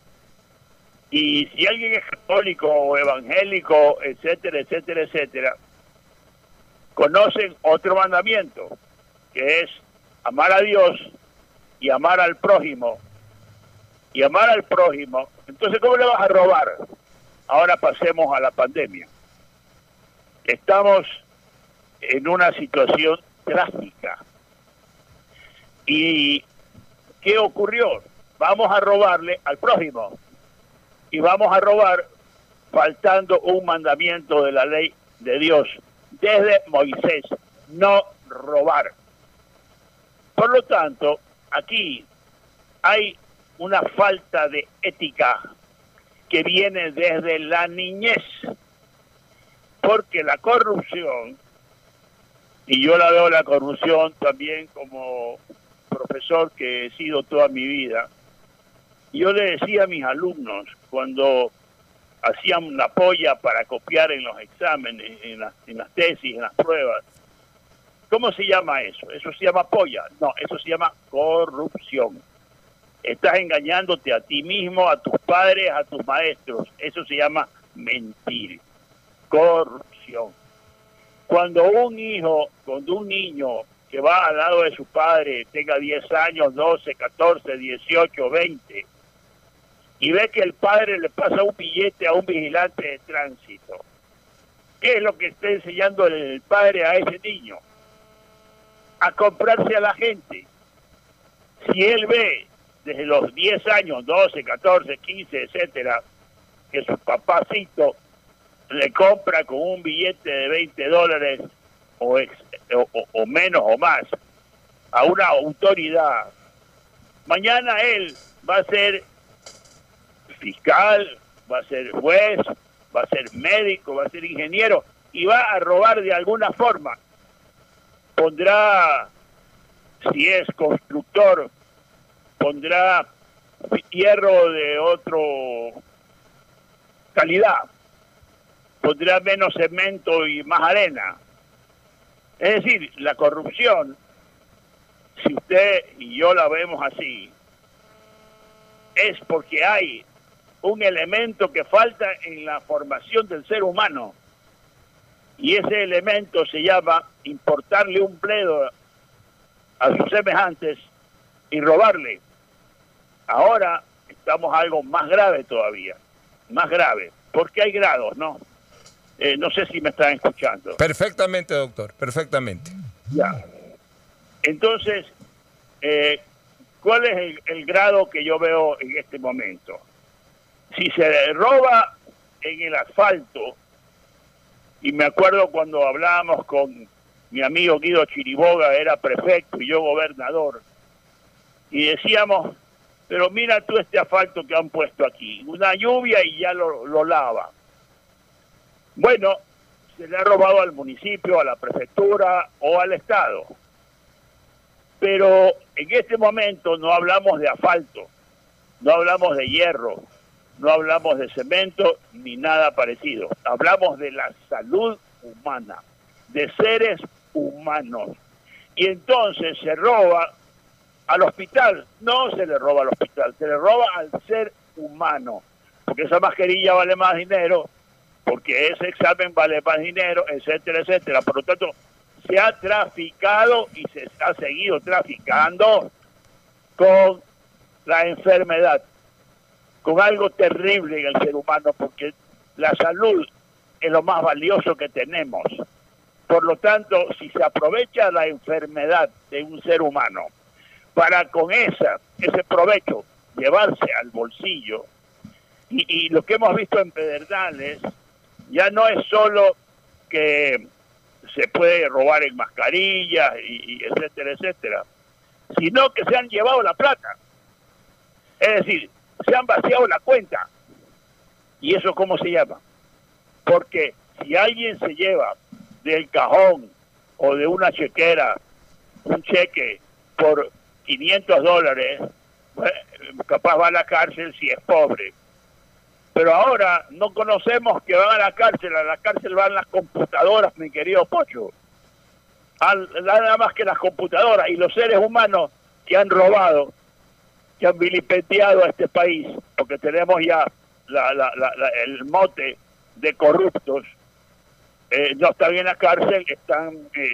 Y si alguien es católico o evangélico, etcétera, etcétera, etcétera, conocen otro mandamiento, que es amar a Dios y amar al prójimo. Y amar al prójimo, entonces ¿cómo le vas a robar? Ahora pasemos a la pandemia. Estamos en una situación trágica. ¿Y qué ocurrió? vamos a robarle al prójimo. Y vamos a robar faltando un mandamiento de la ley de Dios, desde Moisés, no robar. Por lo tanto, aquí hay una falta de ética que viene desde la niñez, porque la corrupción, y yo la veo la corrupción también como profesor que he sido toda mi vida, yo le decía a mis alumnos cuando hacían la polla para copiar en los exámenes, en las tesis, en las pruebas, ¿cómo se llama eso? ¿Eso se llama polla? No, eso se llama corrupción. Estás engañándote a ti mismo, a tus padres, a tus maestros. Eso se llama mentir. Corrupción. Cuando un niño que va al lado de su padre tenga 10 años, 12, 14, 18, 20, y ve que el padre le pasa un billete a un vigilante de tránsito, ¿qué es lo que está enseñando el padre a ese niño? A comprarse a la gente. Si él ve desde los 10 años, 12, 14, 15, etcétera, que su papacito le compra con un billete de $20 o menos o más a una autoridad, mañana él va a ser fiscal, va a ser juez, va a ser médico, va a ser ingeniero y va a robar de alguna forma. Pondrá, si es constructor, pondrá hierro de otro calidad, pondrá menos cemento y más arena. Es decir, la corrupción, si usted y yo la vemos así, es porque hay un elemento que falta en la formación del ser humano, y ese elemento se llama importarle un pledo a sus semejantes y robarle. Ahora estamos a algo más grave todavía, más grave, porque hay grados, ¿no? No sé si me están escuchando. Perfectamente, doctor, perfectamente. Ya. Entonces, ¿cuál es el grado que yo veo en este momento? Si se roba en el asfalto, y me acuerdo cuando hablábamos con mi amigo Guido Chiriboga, era prefecto y yo gobernador, y decíamos, pero mira tú este asfalto que han puesto aquí, una lluvia y ya lo lava. Bueno, se le ha robado al municipio, a la prefectura o al Estado. Pero en este momento no hablamos de asfalto, no hablamos de hierro, no hablamos de cemento ni nada parecido. Hablamos de la salud humana, de seres humanos. Y entonces se roba al hospital. No se le roba al hospital, se le roba al ser humano. Porque esa mascarilla vale más dinero, porque ese examen vale más dinero, etcétera, etcétera. Por lo tanto, se ha traficado y se ha seguido traficando con la enfermedad, con algo terrible en el ser humano, porque la salud es lo más valioso que tenemos. Por lo tanto, si se aprovecha la enfermedad de un ser humano para con ese provecho llevarse al bolsillo, y lo que hemos visto en Pedernales, ya no es solo que se puede robar en mascarillas y etcétera, etcétera, sino que se han llevado la plata. Es decir, se han vaciado la cuenta. ¿Y eso cómo se llama? Porque si alguien se lleva del cajón o de una chequera un cheque por $500, bueno, capaz va a la cárcel si es pobre. Pero ahora no conocemos que van a la cárcel van las computadoras, mi querido Pocho. Nada más que las computadoras y los seres humanos que han robado, que han vilipendiado a este país, porque tenemos ya el mote de corruptos, no están en la cárcel, están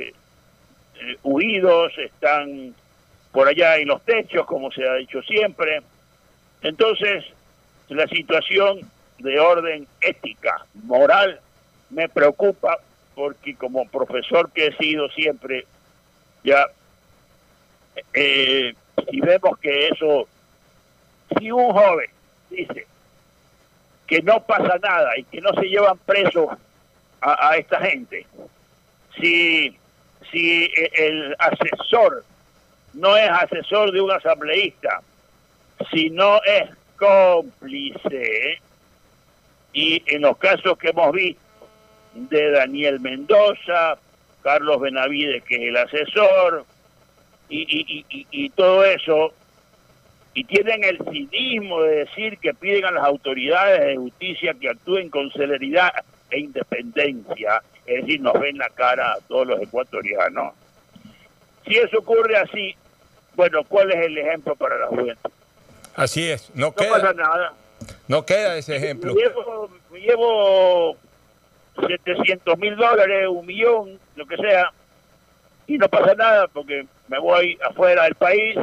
huidos, están por allá en los techos, como se ha dicho siempre. Entonces, la situación de orden ética, moral, me preocupa, porque como profesor que he sido siempre, ya si vemos que eso Si un joven dice que no pasa nada y que no se llevan presos a esta gente, si el asesor no es asesor de un asambleísta, si no es cómplice, y en los casos que hemos visto de Daniel Mendoza, Carlos Benavides, que es el asesor, y todo eso, y tienen el cinismo de decir que piden a las autoridades de justicia que actúen con celeridad e independencia, es decir, nos ven la cara a todos los ecuatorianos. Si eso ocurre así, bueno, ¿cuál es el ejemplo para la juventud? Así es, no pasa nada. No queda ese ejemplo. Me llevo $700,000, $1 millón, lo que sea, y no pasa nada porque me voy afuera del país,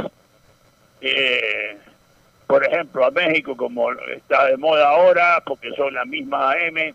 por ejemplo a México, como está de moda ahora, porque son la misma AM,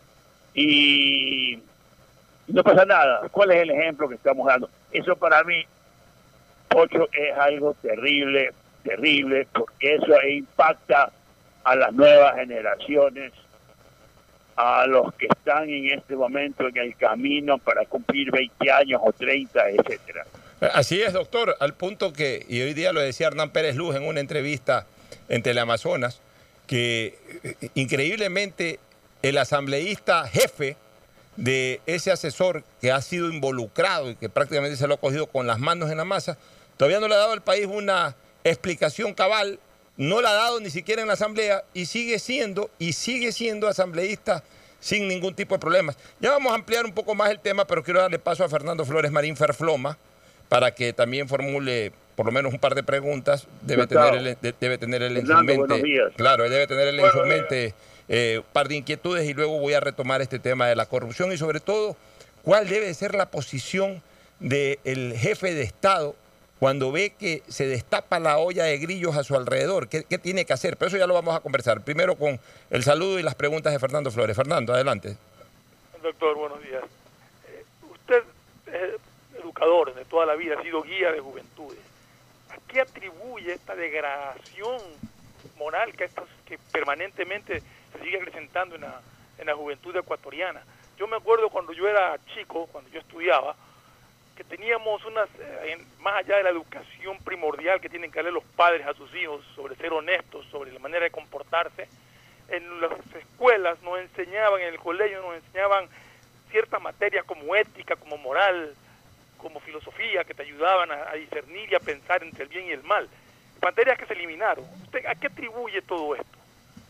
y no pasa nada. ¿Cuál es el ejemplo que estamos dando? Eso para mí, Pocho, es algo terrible, porque eso impacta a las nuevas generaciones, a los que están en este momento en el camino para cumplir 20 años o 30, etcétera. Así es, doctor, al punto que, y hoy día lo decía Hernán Pérez Luz en una entrevista en Teleamazonas, que increíblemente el asambleísta jefe de ese asesor que ha sido involucrado y que prácticamente se lo ha cogido con las manos en la masa, todavía no le ha dado al país una explicación cabal, no la ha dado ni siquiera en la asamblea y sigue siendo asambleísta sin ningún tipo de problemas. Ya vamos a ampliar un poco más el tema, pero quiero darle paso a Fernando Flores Marín Ferfloma para que también formule por lo menos un par de preguntas. Debe tener él en su mente. Claro, él debe tener él en su mente un par de inquietudes y luego voy a retomar este tema de la corrupción y sobre todo cuál debe ser la posición del jefe de Estado cuando ve que se destapa la olla de grillos a su alrededor. ¿Qué tiene que hacer? Pero eso ya lo vamos a conversar. Primero con el saludo y las preguntas de Fernando Flores. Fernando, adelante. Doctor, buenos días. Usted es educador de toda la vida, ha sido guía de juventudes. ¿A qué atribuye esta degradación moral que permanentemente se sigue presentando en la juventud ecuatoriana? Yo me acuerdo cuando yo era chico, cuando yo estudiaba, que teníamos más allá de la educación primordial que tienen que darle los padres a sus hijos sobre ser honestos, sobre la manera de comportarse, en las escuelas nos enseñaban, en el colegio nos enseñaban ciertas materias como ética, como moral, como filosofía, que te ayudaban a discernir y a pensar entre el bien y el mal. Materias que se eliminaron. ¿Usted a qué atribuye todo esto?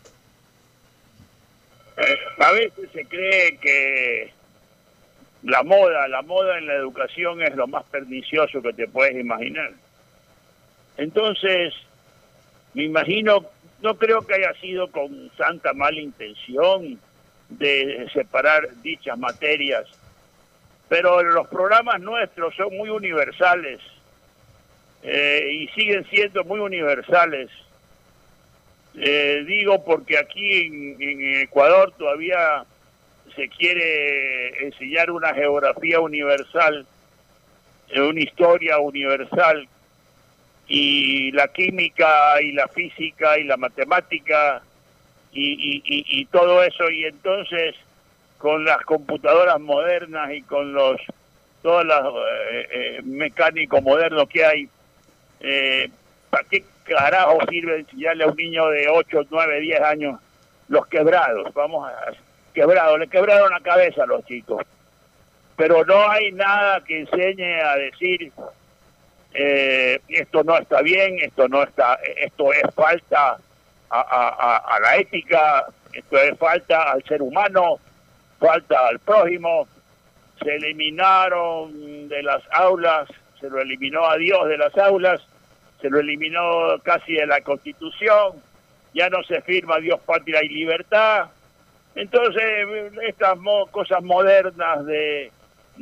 A veces se cree que la moda en la educación es lo más pernicioso que te puedes imaginar. Entonces, me imagino, no creo que haya sido con santa mala intención de separar dichas materias, pero los programas nuestros son muy universales y siguen siendo muy universales. Digo porque aquí en Ecuador todavía se quiere enseñar una geografía universal, una historia universal, y la química y la física y la matemática y todo eso, y entonces con las computadoras modernas y con todos los mecánicos modernos que hay, ¿para qué carajo sirve enseñarle a un niño de 8, 9, 10 años los quebrados? Le quebraron la cabeza a los chicos, pero no hay nada que enseñe a decir esto no está bien, esto es falta a la ética, esto es falta al ser humano, falta al prójimo. Se eliminaron de las aulas, se lo eliminó a Dios de las aulas, se lo eliminó casi de la Constitución, ya no se firma Dios, patria y libertad. Entonces, estas cosas modernas de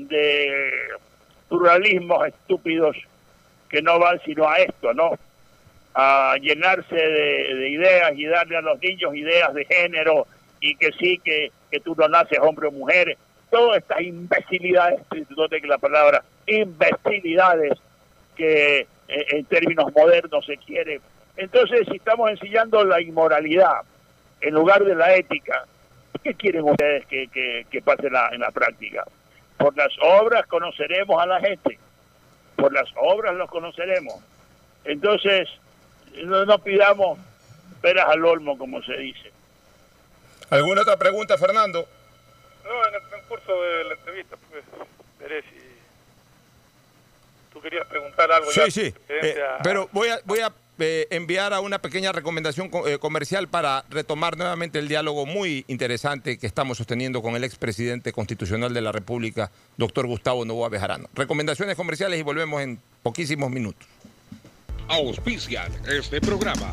pluralismos estúpidos que no van sino a esto, ¿no? A llenarse de ideas y darle a los niños ideas de género y que sí, que tú no naces hombre o mujer. Todas estas imbecilidades, no tengo la palabra, imbecilidades que en términos modernos se quiere Entonces, si estamos enseñando la inmoralidad en lugar de la ética, ¿qué quieren ustedes que pase en la práctica? Por las obras conoceremos a la gente, por las obras los conoceremos. Entonces, no pidamos peras al olmo, como se dice. ¿Alguna otra pregunta, Fernando? No, en el transcurso de la entrevista, pues, veré si tú querías preguntar algo. Sí. Pero voy a enviar a una pequeña recomendación comercial para retomar nuevamente el diálogo muy interesante que estamos sosteniendo con el expresidente constitucional de la República, doctor Gustavo Noboa Bejarano. Recomendaciones comerciales y volvemos en poquísimos minutos. Auspician este programa.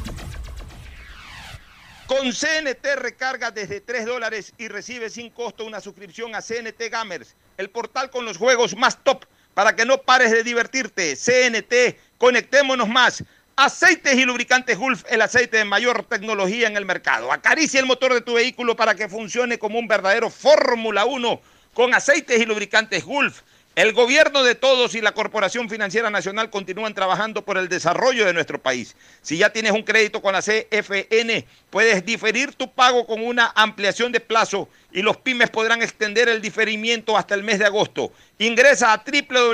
Con CNT recarga desde $3 y recibe sin costo una suscripción a CNT Gamers, el portal con los juegos más top para que no pares de divertirte. CNT, conectémonos más. Aceites y lubricantes Gulf, el aceite de mayor tecnología en el mercado. Acaricia el motor de tu vehículo para que funcione como un verdadero Fórmula 1 con aceites y lubricantes Gulf. El gobierno de todos y la Corporación Financiera Nacional continúan trabajando por el desarrollo de nuestro país. Si ya tienes un crédito con la CFN, puedes diferir tu pago con una ampliación de plazo y los pymes podrán extender el diferimiento hasta el mes de agosto. Ingresa a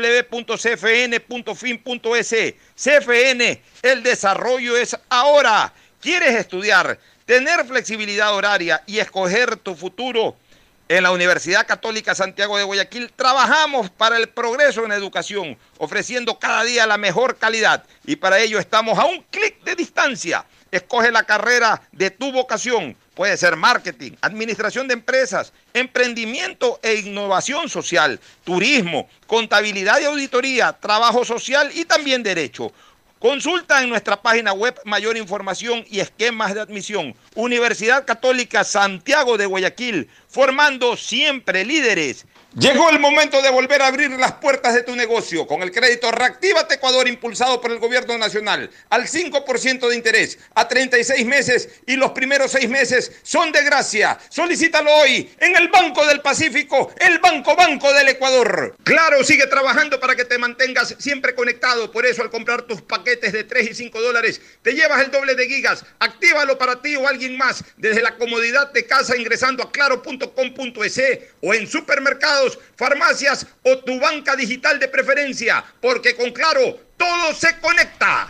www.cfn.fin.es. CFN, el desarrollo es ahora. ¿Quieres estudiar, tener flexibilidad horaria y escoger tu futuro? En la Universidad Católica Santiago de Guayaquil trabajamos para el progreso en educación, ofreciendo cada día la mejor calidad. Y para ello estamos a un clic de distancia. Escoge la carrera de tu vocación. Puede ser marketing, administración de empresas, emprendimiento e innovación social, turismo, contabilidad y auditoría, trabajo social y también derecho. Consulta en nuestra página web mayor información y esquemas de admisión. Universidad Católica Santiago de Guayaquil, formando siempre líderes. Llegó el momento de volver a abrir las puertas de tu negocio con el crédito Reactívate Ecuador impulsado por el Gobierno Nacional al 5% de interés a 36 meses y los primeros 6 meses son de gracia. Solicítalo hoy en el Banco del Pacífico, el Banco del Ecuador. Claro, sigue trabajando para que te mantengas siempre conectado. Por eso al comprar tus paquetes de $3 y $5 te llevas el doble de gigas. Actívalo para ti o alguien más desde la comodidad de casa ingresando a claro.com.es o en supermercados, farmacias o tu banca digital de preferencia, porque con Claro todo se conecta.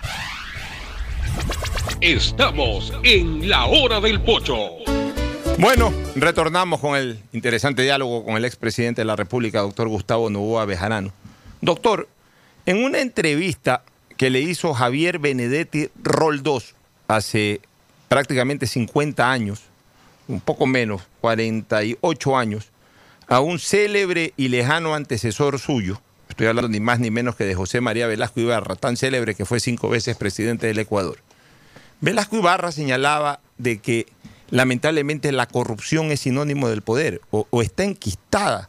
Estamos en la hora del pocho. Bueno, retornamos con el interesante diálogo con el expresidente de la República, doctor Gustavo Noboa Bejarano. Doctor, en una entrevista que le hizo Javier Benedetti Roldós hace prácticamente 50 años, un poco menos, 48 años, a un célebre y lejano antecesor suyo, estoy hablando ni más ni menos que de José María Velasco Ibarra, tan célebre que fue 5 veces presidente del Ecuador. Velasco Ibarra señalaba de que lamentablemente la corrupción es sinónimo del poder o está enquistada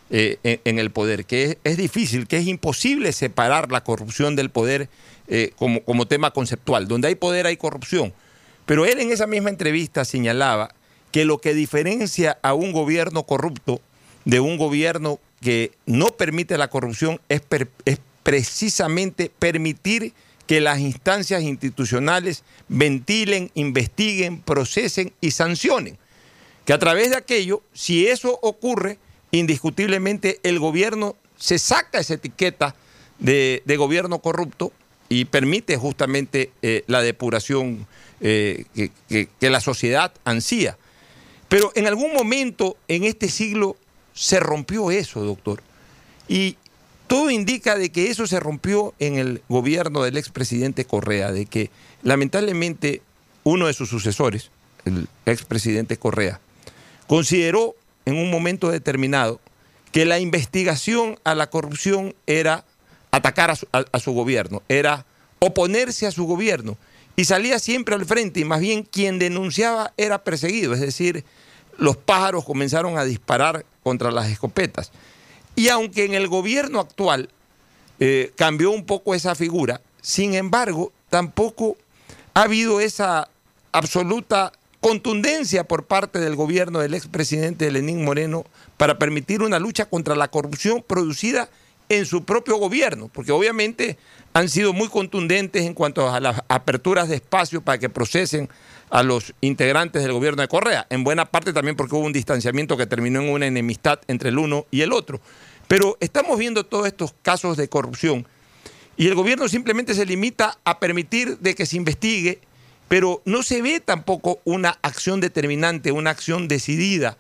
en el poder, que es difícil, que es imposible separar la corrupción del poder como tema conceptual. Donde hay poder hay corrupción. Pero él en esa misma entrevista señalaba que lo que diferencia a un gobierno corrupto de un gobierno que no permite la corrupción es precisamente permitir que las instancias institucionales ventilen, investiguen, procesen y sancionen. Que a través de aquello, si eso ocurre, indiscutiblemente el gobierno se saca esa etiqueta de gobierno corrupto y permite justamente la depuración que la sociedad ansía. Pero en algún momento en este siglo se rompió eso, doctor. Y todo indica de que eso se rompió en el gobierno del expresidente Correa, de que lamentablemente uno de sus sucesores, el expresidente Correa, consideró en un momento determinado que la investigación a la corrupción era atacar a su gobierno, era oponerse a su gobierno, y salía siempre al frente, y más bien quien denunciaba era perseguido, es decir, los pájaros comenzaron a disparar contra las escopetas. Y aunque en el gobierno actual cambió un poco esa figura, sin embargo, tampoco ha habido esa absoluta contundencia por parte del gobierno del expresidente Lenín Moreno para permitir una lucha contra la corrupción producida en su propio gobierno, porque obviamente han sido muy contundentes en cuanto a las aperturas de espacio para que procesen a los integrantes del gobierno de Correa, en buena parte también porque hubo un distanciamiento que terminó en una enemistad entre el uno y el otro. Pero estamos viendo todos estos casos de corrupción y el gobierno simplemente se limita a permitir de que se investigue, pero no se ve tampoco una acción determinante, una acción decidida,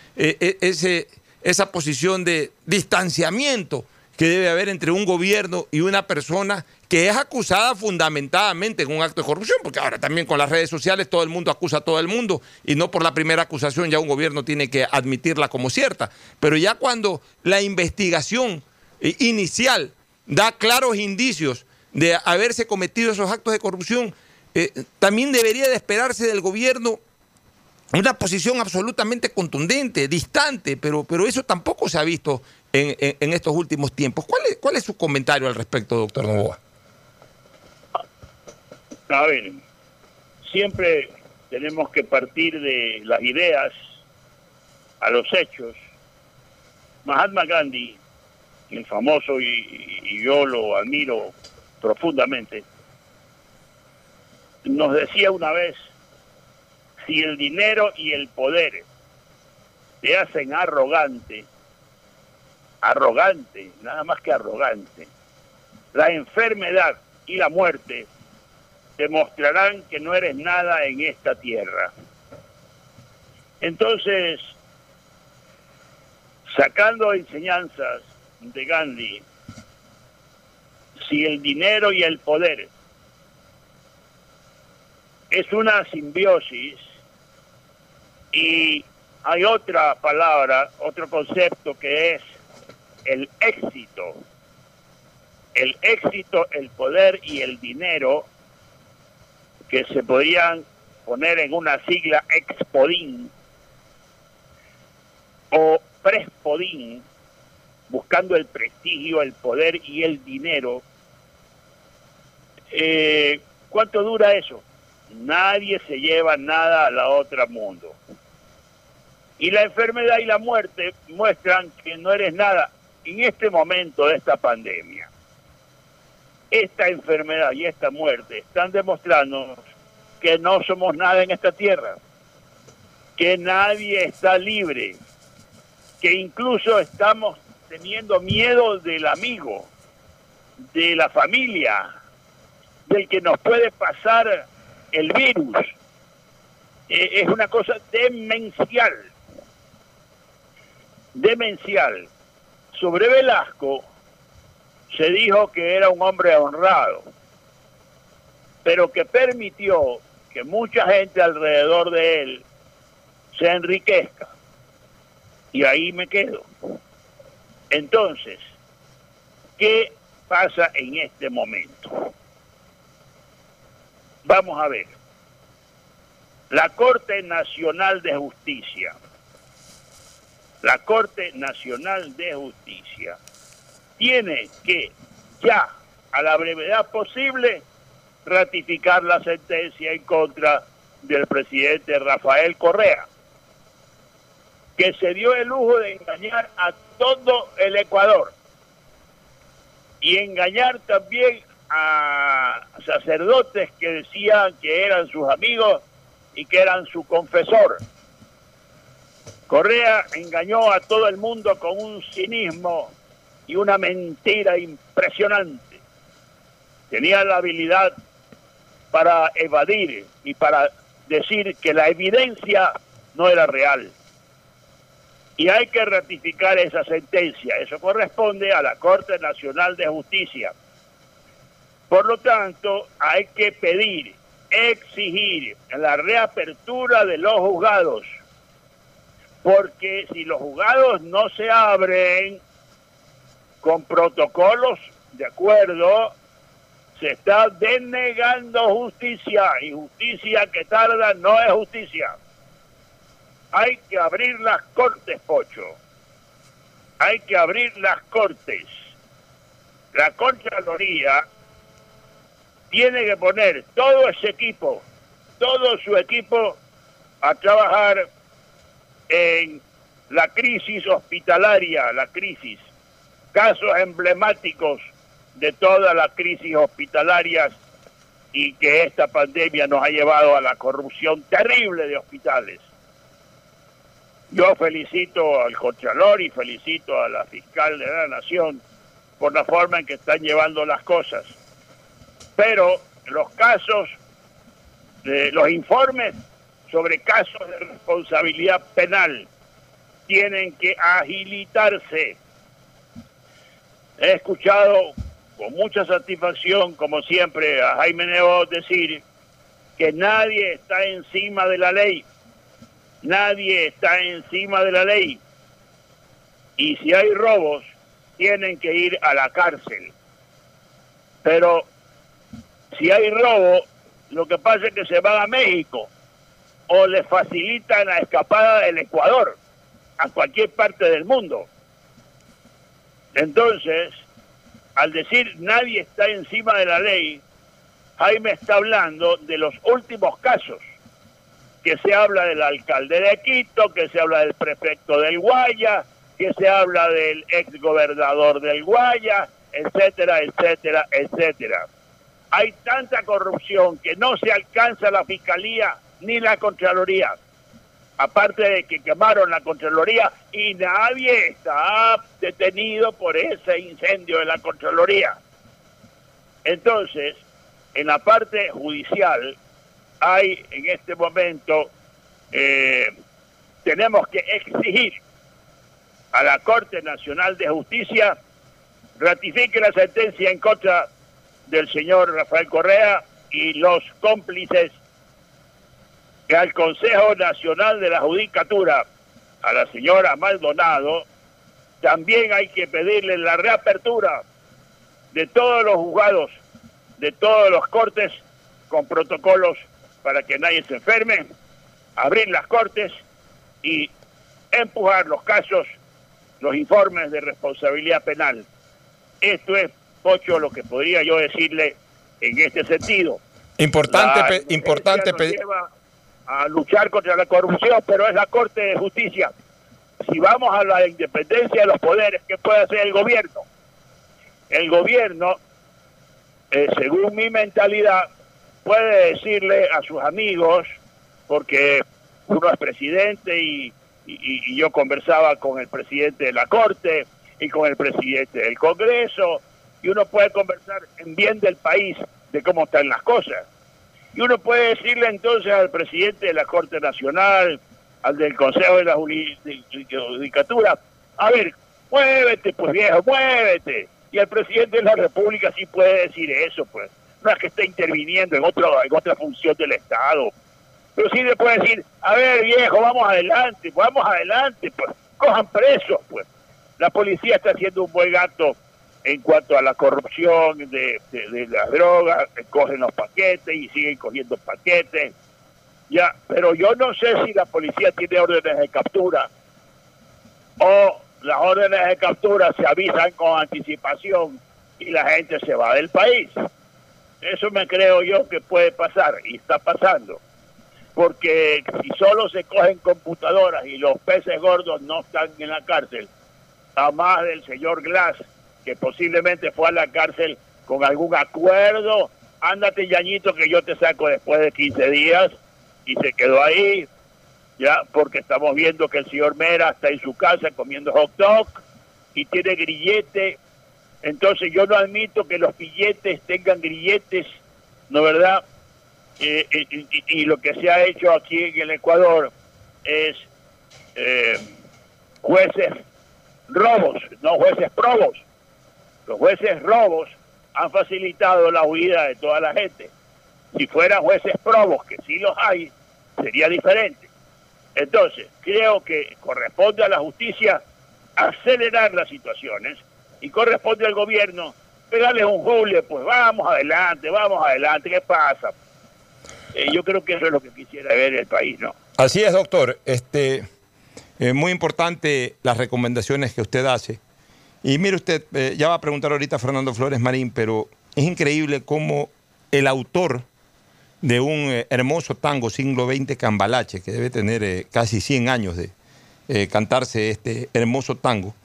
esa posición de distanciamiento que debe haber entre un gobierno y una persona que es acusada fundamentadamente en un acto de corrupción, porque ahora también con las redes sociales todo el mundo acusa a todo el mundo y no por la primera acusación ya un gobierno tiene que admitirla como cierta, pero ya cuando la investigación inicial da claros indicios de haberse cometido esos actos de corrupción, también debería de esperarse del gobierno una posición absolutamente contundente, distante, pero eso tampoco se ha visto en estos últimos tiempos. ¿Cuál es su comentario al respecto, doctor Novoa? A ver, siempre tenemos que partir de las ideas a los hechos. Mahatma Gandhi, el famoso, y yo lo admiro profundamente, nos decía una vez: si el dinero y el poder te hacen arrogante, nada más que arrogante, la enfermedad y la muerte te mostrarán que no eres nada en esta tierra. Entonces, sacando enseñanzas de Gandhi, si el dinero y el poder es una simbiosis, y hay otra palabra, otro concepto que es el éxito. El éxito, el poder y el dinero, que se podrían poner en una sigla expodín o prespodín, buscando el prestigio, el poder y el dinero. ¿Cuánto dura eso? Nadie se lleva nada a la otra mundo. Y la enfermedad y la muerte muestran que no eres nada en este momento de esta pandemia. Esta enfermedad y esta muerte están demostrando que no somos nada en esta tierra, que nadie está libre, que incluso estamos teniendo miedo del amigo, de la familia, del que nos puede pasar el virus. Es una cosa demencial. Sobre Velasco se dijo que era un hombre honrado, pero que permitió que mucha gente alrededor de él se enriquezca. Y ahí me quedo. Entonces, ¿qué pasa en este momento? Vamos a ver. La Corte Nacional de Justicia, tiene que ya, a la brevedad posible, ratificar la sentencia en contra del presidente Rafael Correa, que se dio el lujo de engañar a todo el Ecuador y engañar también a sacerdotes que decían que eran sus amigos y que eran su confesor. Correa engañó a todo el mundo con un cinismo y una mentira impresionante. Tenía la habilidad para evadir y para decir que la evidencia no era real. Y hay que ratificar esa sentencia. Eso corresponde a la Corte Nacional de Justicia. Por lo tanto, hay que pedir, exigir la reapertura de los juzgados. Porque si los juzgados no se abren con protocolos de acuerdo, se está denegando justicia, y justicia que tarda no es justicia. Hay que abrir las cortes, Pocho. Hay que abrir las cortes. La Contraloría tiene que poner todo ese equipo, todo su equipo, a trabajar en la crisis hospitalaria, la crisis casos emblemáticos de todas las crisis hospitalarias y que esta pandemia nos ha llevado a la corrupción terrible de hospitales. Yo felicito al Contralor y felicito a la Fiscal de la Nación por la forma en que están llevando las cosas. Pero los casos, los informes sobre casos de responsabilidad penal tienen que agilitarse. He escuchado con mucha satisfacción, como siempre, a Jaime Nebot decir que nadie está encima de la ley. Nadie está encima de la ley. Y si hay robos, tienen que ir a la cárcel. Pero si hay robo, lo que pasa es que se van a México o les facilitan la escapada del Ecuador a cualquier parte del mundo. Entonces, al decir nadie está encima de la ley, Jaime está hablando de los últimos casos, que se habla del alcalde de Quito, que se habla del prefecto del Guaya, que se habla del exgobernador del Guaya, etcétera, etcétera, etcétera. Hay tanta corrupción que no se alcanza la Fiscalía ni la Contraloría. Aparte de que quemaron la Contraloría y nadie está detenido por ese incendio de la Contraloría. Entonces, en la parte judicial, hay en este momento, tenemos que exigir a la Corte Nacional de Justicia ratifique la sentencia en contra del señor Rafael Correa y los cómplices, que al Consejo Nacional de la Judicatura, a la señora Maldonado, también hay que pedirle la reapertura de todos los juzgados, de todos los cortes, con protocolos para que nadie se enferme, abrir las cortes y empujar los casos, los informes de responsabilidad penal. Esto es, Pocho, lo que podría yo decirle en este sentido. Importante lleva a luchar contra la corrupción, pero es la Corte de Justicia. Si vamos a la independencia de los poderes, ¿qué puede hacer el gobierno? El gobierno, según mi mentalidad, puede decirle a sus amigos, porque uno es presidente y yo conversaba con el presidente de la Corte y con el presidente del Congreso, y uno puede conversar en bien del país, de cómo están las cosas. Y uno puede decirle entonces al presidente de la Corte Nacional, al del Consejo de la Judicatura, a ver, muévete pues viejo, muévete. Y el presidente de la República sí puede decir eso, pues. No es que esté interviniendo en otra función del Estado. Pero sí le puede decir, a ver viejo, vamos adelante, pues, cojan presos, pues. La policía está haciendo un buen acto en cuanto a la corrupción de las drogas, cogen los paquetes y siguen cogiendo paquetes. Ya, pero yo no sé si la policía tiene órdenes de captura o las órdenes de captura se avisan con anticipación y la gente se va del país. Eso me creo yo que puede pasar y está pasando. Porque si solo se cogen computadoras y los peces gordos no están en la cárcel, a más del señor Glass, que posiblemente fue a la cárcel con algún acuerdo, ándate Yañito que yo te saco después de 15 días, y se quedó ahí, ya, porque estamos viendo que el señor Mera está en su casa comiendo hot dog y tiene grillete. Entonces yo no admito que los billetes tengan grilletes, ¿no verdad? Y lo que se ha hecho aquí en el Ecuador es jueces robos, no jueces probos. Los jueces robos han facilitado la huida de toda la gente. Si fueran jueces probos, que sí los hay, sería diferente. Entonces, creo que corresponde a la justicia acelerar las situaciones y corresponde al gobierno pegarles un julio, pues vamos adelante, ¿qué pasa? Yo creo que eso es lo que quisiera ver el país, ¿no? Así es, doctor. Muy importante las recomendaciones que usted hace. Y mire usted, ya va a preguntar ahorita a Fernando Flores Marín, pero es increíble cómo el autor de un hermoso tango siglo XX, Cambalache, que debe tener casi 100 años de cantarse este hermoso tango,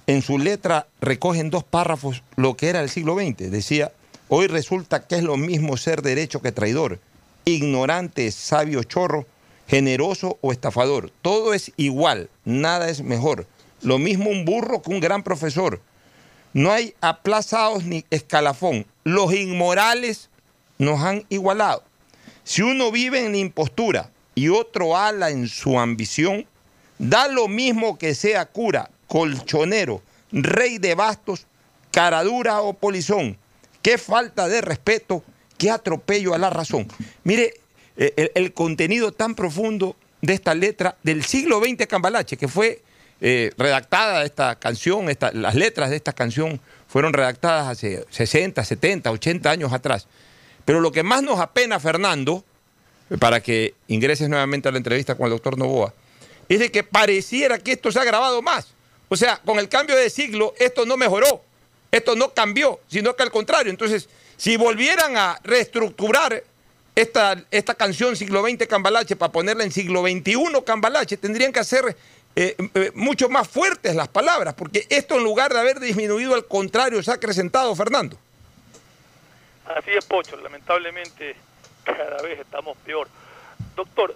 en su letra recoge en 2 párrafos lo que era el siglo XX. Decía, hoy resulta que es lo mismo ser derecho que traidor, ignorante, sabio, chorro, generoso o estafador. Todo es igual, nada es mejor. Lo mismo un burro que un gran profesor. No hay aplazados ni escalafón. Los inmorales nos han igualado. Si uno vive en la impostura y otro ala en su ambición, da lo mismo que sea cura, colchonero, rey de bastos, caradura o polizón. Qué falta de respeto, qué atropello a la razón. Mire el contenido tan profundo de esta letra del siglo XX Cambalache, que fue redactada esta canción, las letras de esta canción fueron redactadas hace 60, 70, 80 años atrás. Pero lo que más nos apena, Fernando, para que ingreses nuevamente a la entrevista con el doctor Novoa, es de que pareciera que esto se ha agravado más. O sea, con el cambio de siglo, esto no mejoró, esto no cambió, sino que al contrario. Entonces, si volvieran a reestructurar esta canción siglo XX Cambalache para ponerla en siglo XXI Cambalache, tendrían que hacer mucho más fuertes las palabras, porque esto en lugar de haber disminuido, al contrario, se ha acrecentado, Fernando. Así es, Pocho, lamentablemente cada vez estamos peor. Doctor,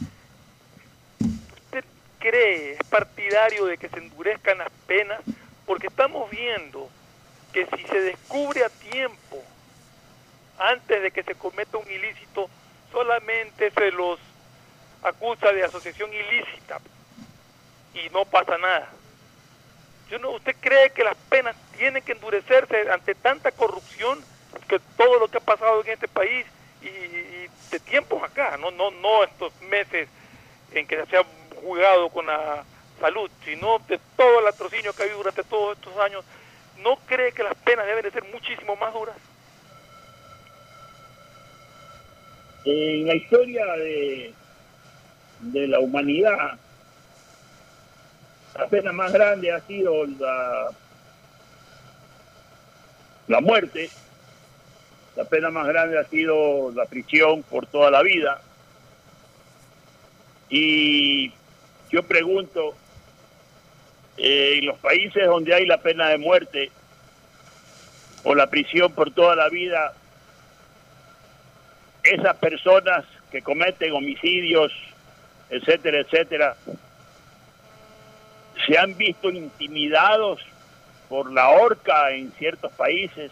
¿usted cree, es partidario de que se endurezcan las penas? Porque estamos viendo que si se descubre a tiempo, antes de que se cometa un ilícito, solamente se los acusa de asociación ilícita y no pasa nada. ¿Usted cree que las penas tienen que endurecerse ante tanta corrupción, que todo lo que ha pasado en este país y de tiempos acá, no estos meses en que se ha jugado con la salud, sino de todo el latrocinio que ha habido durante todos estos años? ¿No cree que las penas deben de ser muchísimo más duras? En la historia de la humanidad, la pena más grande ha sido la muerte. La pena más grande ha sido la prisión por toda la vida. Y yo pregunto, en los países donde hay la pena de muerte o la prisión por toda la vida, esas personas que cometen homicidios, etcétera, etcétera, se han visto intimidados por la horca en ciertos países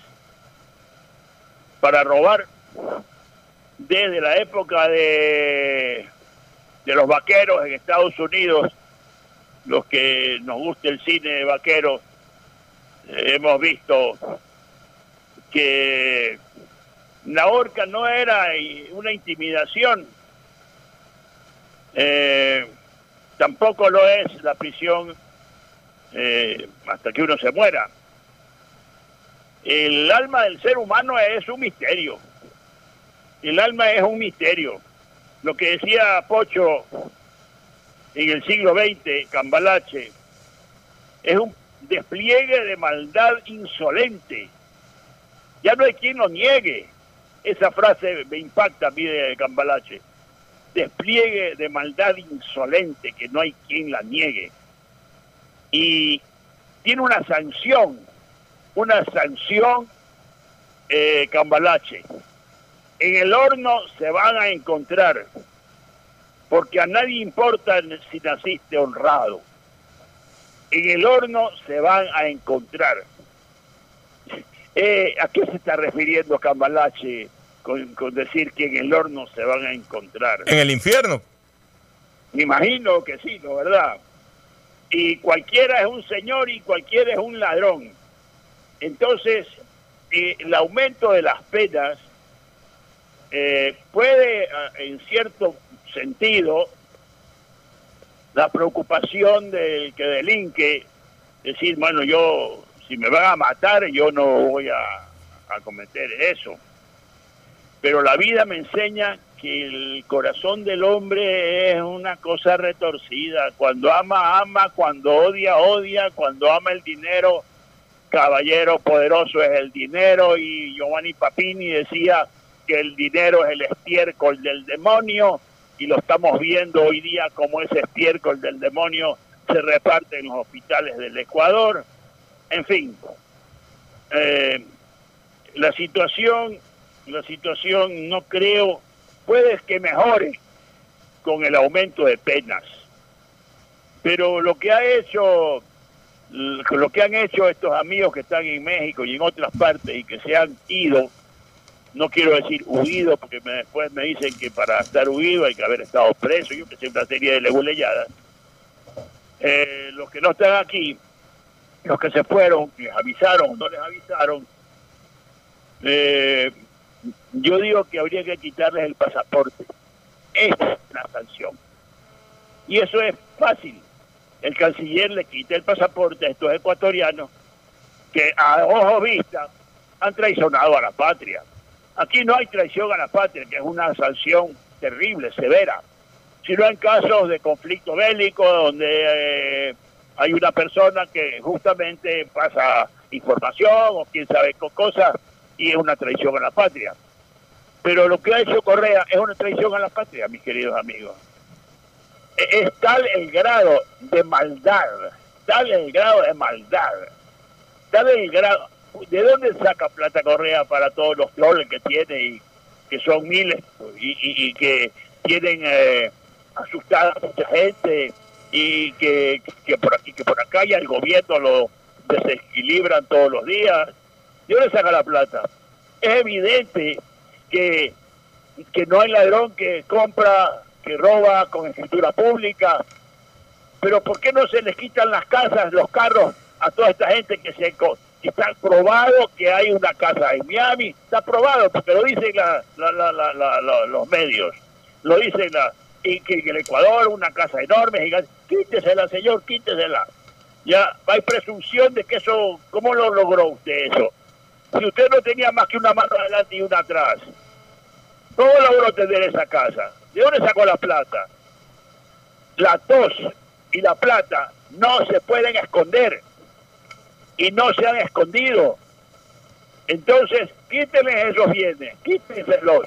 para robar. Desde la época de los vaqueros en Estados Unidos, los que nos gusta el cine de vaqueros, hemos visto que la horca no era una intimidación, tampoco lo es la prisión hasta que uno se muera. El alma del ser humano es un misterio. El alma es un misterio. Lo que decía Pocho en el siglo XX, Cambalache, es un despliegue de maldad insolente. Ya no hay quien lo niegue. Esa frase me impacta a mí de Cambalache. Despliegue de maldad insolente, que no hay quien la niegue. Y tiene una sanción, Cambalache. En el horno se van a encontrar, porque a nadie importa si naciste honrado. En el horno se van a encontrar. ¿A qué se está refiriendo Cambalache con decir que en el horno se van a encontrar? En el infierno. Me imagino que sí, ¿no? ¿Verdad? Y cualquiera es un señor y cualquiera es un ladrón. Entonces, el aumento de las penas puede, en cierto sentido, la preocupación del que delinque, decir, bueno, yo, si me van a matar, yo no voy a cometer eso. Pero la vida me enseña que el corazón del hombre es una cosa retorcida. Cuando ama, ama, cuando odia, odia, cuando ama el dinero, caballero poderoso es el dinero. Y Giovanni Papini decía que el dinero es el estiércol del demonio, y lo estamos viendo hoy día como ese estiércol del demonio se reparte en los hospitales del Ecuador, En fin, la situación no creo, puede que mejore con el aumento de penas, pero lo que han hecho estos amigos que están en México y en otras partes y que se han ido, no quiero decir huido, porque después me dicen que para estar huido hay que haber estado preso, yo que sé, una serie de leguleyadas. Los que no están aquí, los que se fueron, les avisaron o no les avisaron, yo digo que habría que quitarles el pasaporte. Es la sanción. Y eso es fácil. El canciller le quita el pasaporte a estos ecuatorianos que a ojo vista han traicionado a la patria. Aquí no hay traición a la patria, que es una sanción terrible, severa, sino en casos de conflicto bélico donde hay una persona que justamente pasa información o quién sabe qué cosas y es una traición a la patria. Pero lo que ha hecho Correa es una traición a la patria, mis queridos amigos. Es tal el grado de maldad, ¿de dónde saca plata Correa para todos los trolls que tiene y que son miles y que tienen asustada a mucha gente y que por aquí, que por acá ya el gobierno lo desequilibran todos los días? ¿De dónde saca la plata? Es evidente que no hay ladrón que compra, que roba con escritura pública, pero ¿por qué no se les quitan las casas, los carros a toda esta gente que está probado que hay una casa en Miami? Está probado porque lo dicen los medios, lo dicen y que en el Ecuador una casa enorme, gigante. Quítesela, señor, quítesela. Ya hay presunción de que eso, ¿cómo lo logró usted eso? Si usted no tenía más que una mano adelante y una atrás, ¿cómo logró tener esa casa? ¿De dónde sacó la plata? La tos y la plata no se pueden esconder y no se han escondido. Entonces, quítenles esos bienes, quítenselos.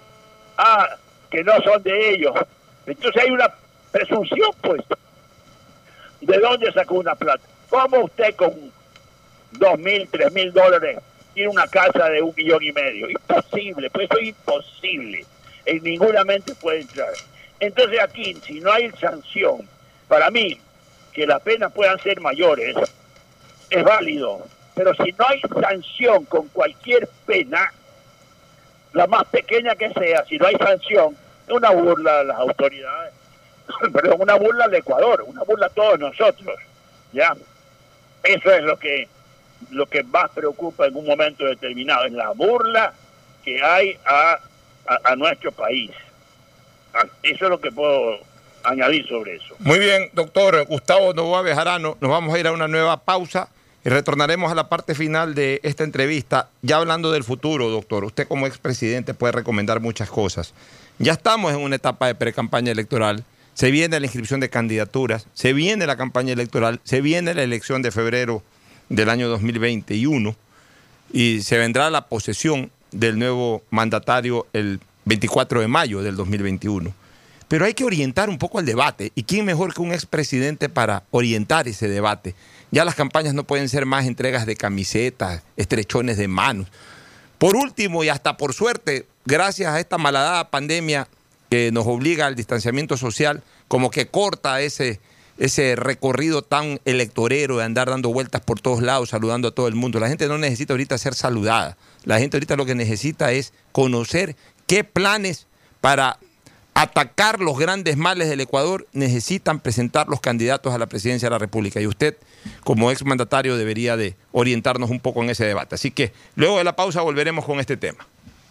Que no son de ellos. Entonces hay una presunción, pues. ¿De dónde sacó una plata? ¿Cómo usted con $2,000, $3,000 tiene una casa de $1,5 millones? Imposible, pues eso es imposible. En ninguna mente puede entrar. Entonces aquí, si no hay sanción, para mí, que las penas puedan ser mayores, es válido. Pero si no hay sanción con cualquier pena, la más pequeña que sea, si no hay sanción, es una burla a las autoridades, perdón, una burla al Ecuador, una burla a todos nosotros, ¿ya? Eso es lo que más preocupa en un momento determinado, es la burla que hay a nuestro país. Eso es lo que puedo añadir sobre eso. Muy bien, doctor Gustavo Noboa Bejarano, nos vamos a ir a una nueva pausa y retornaremos a la parte final de esta entrevista, ya hablando del futuro, doctor. Usted como expresidente puede recomendar muchas cosas. Ya estamos en una etapa de precampaña electoral, se viene la inscripción de candidaturas, se viene la campaña electoral, se viene la elección de febrero del año 2021 y se vendrá la posesión del nuevo mandatario el 24 de mayo del 2021. Pero hay que orientar un poco el debate. ¿Y quién mejor que un expresidente para orientar ese debate? Ya las campañas no pueden ser más entregas de camisetas, estrechones de manos. Por último, y hasta por suerte, gracias a esta malhadada pandemia que nos obliga al distanciamiento social, como que corta ese recorrido tan electorero de andar dando vueltas por todos lados, saludando a todo el mundo. La gente no necesita ahorita ser saludada. La gente ahorita lo que necesita es conocer qué planes para atacar los grandes males del Ecuador necesitan presentar los candidatos a la presidencia de la República. Y usted, como exmandatario, debería de orientarnos un poco en ese debate. Así que luego de la pausa volveremos con este tema.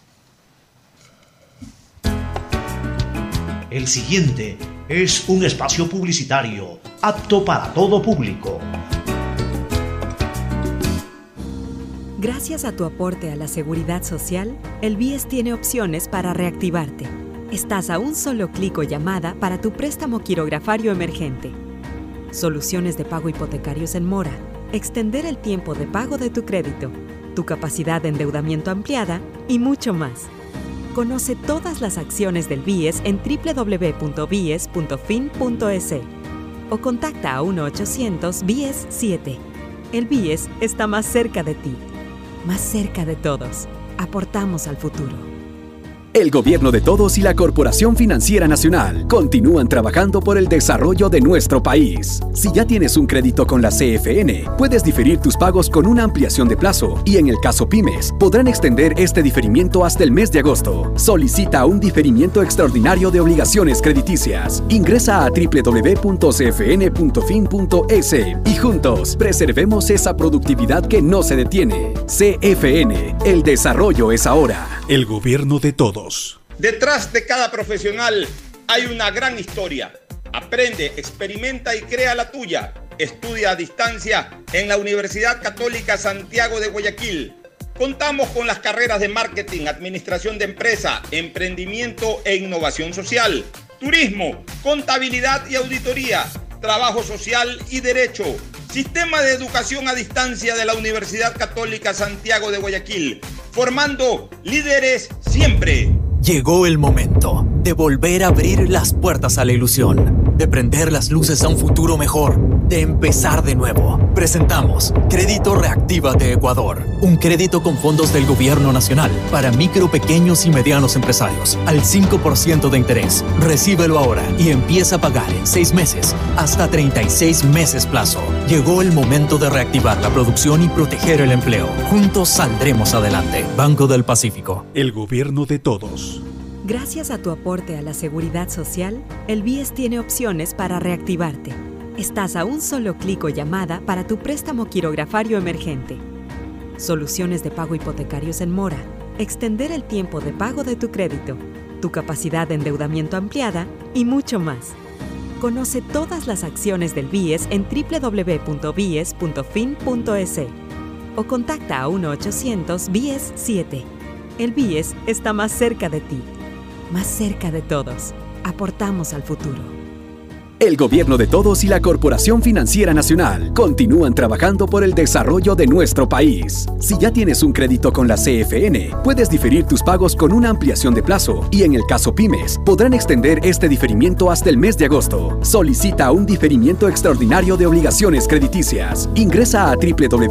El siguiente es un espacio publicitario apto para todo público. Gracias a tu aporte a la seguridad social, el BIES tiene opciones para reactivarte. Estás a un solo clic o llamada para tu préstamo quirografario emergente. Soluciones de pago hipotecarios en mora, extender el tiempo de pago de tu crédito, tu capacidad de endeudamiento ampliada y mucho más. Conoce todas las acciones del BIES en www.bies.fin.es o contacta a 1-800-BIES-7. El BIES está más cerca de ti, más cerca de todos. Aportamos al futuro. El gobierno de todos y la Corporación Financiera Nacional continúan trabajando por el desarrollo de nuestro país. Si ya tienes un crédito con la CFN, puedes diferir tus pagos con una ampliación de plazo y en el caso Pymes, podrán extender este diferimiento hasta el mes de agosto. Solicita un diferimiento extraordinario de obligaciones crediticias. Ingresa a www.cfn.fin.es y juntos preservemos esa productividad que no se detiene. CFN, el desarrollo es ahora. El gobierno de todos. Detrás de cada profesional hay una gran historia. Aprende, experimenta y crea la tuya. Estudia a distancia en la Universidad Católica Santiago de Guayaquil. Contamos con las carreras de marketing, administración de empresa, emprendimiento e innovación social, turismo, contabilidad y auditoría, trabajo social y derecho. Sistema de educación a distancia de la Universidad Católica Santiago de Guayaquil, formando líderes siempre. Llegó el momento de volver a abrir las puertas a la ilusión, de prender las luces a un futuro mejor, de empezar de nuevo. Presentamos Crédito Reactívate Ecuador, un crédito con fondos del Gobierno Nacional para micro, pequeños y medianos empresarios, al 5% de interés. Recíbelo ahora y empieza a pagar en 6 meses, hasta 36 meses plazo. Llegó el momento de reactivar la producción y proteger el empleo. Juntos saldremos adelante. Banco del Pacífico. El gobierno de todos. Gracias a tu aporte a la seguridad social, el BIES tiene opciones para reactivarte. Estás a un solo clic o llamada para tu préstamo quirografario emergente. Soluciones de pago hipotecarios en mora, extender el tiempo de pago de tu crédito, tu capacidad de endeudamiento ampliada y mucho más. Conoce todas las acciones del BIES en www.bies.fin.es o contacta a 1-800-BIES-7. El BIES está más cerca de ti, más cerca de todos. Aportamos al futuro. El gobierno de todos y la Corporación Financiera Nacional continúan trabajando por el desarrollo de nuestro país. Si ya tienes un crédito con la CFN, puedes diferir tus pagos con una ampliación de plazo y en el caso Pymes, podrán extender este diferimiento hasta el mes de agosto. Solicita un diferimiento extraordinario de obligaciones crediticias. Ingresa a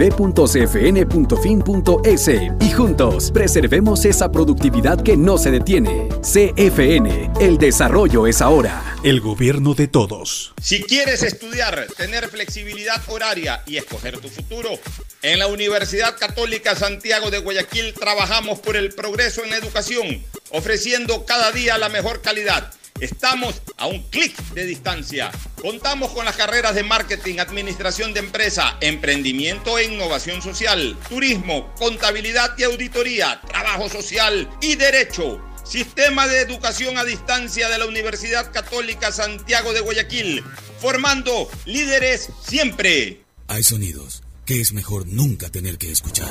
www.cfn.fin.es y juntos preservemos esa productividad que no se detiene. CFN, el desarrollo es ahora. El gobierno de todos. Si quieres estudiar, tener flexibilidad horaria y escoger tu futuro, en la Universidad Católica Santiago de Guayaquil trabajamos por el progreso en la educación, ofreciendo cada día la mejor calidad. Estamos a un clic de distancia. Contamos con las carreras de marketing, administración de empresa, emprendimiento e innovación social, turismo, contabilidad y auditoría, trabajo social y derecho. Sistema de educación a distancia de la Universidad Católica Santiago de Guayaquil, formando líderes siempre. Hay sonidos que es mejor nunca tener que escuchar.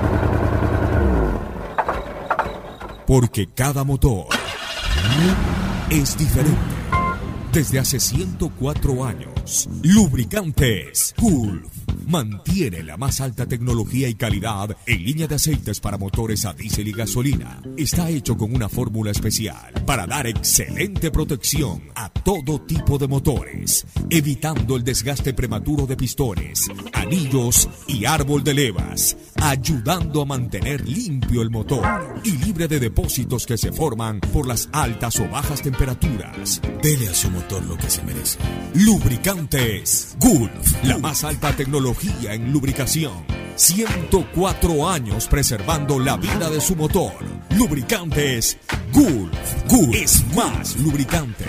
Porque cada motor es diferente. Desde hace 104 años, Lubricantes Gulf mantiene la más alta tecnología y calidad en línea de aceites para motores a diésel y gasolina. Está hecho con una fórmula especial para dar excelente protección a todo tipo de motores, evitando el desgaste prematuro de pistones, anillos y árbol de levas, ayudando a mantener limpio el motor y libre de depósitos que se forman por las altas o bajas temperaturas. Dele a su motor lo que se merece. Lubricantes Gulf, la más alta tecnología en lubricación. 104 años preservando la vida de su motor. Lubricantes Gulf. Gulf es más lubricante.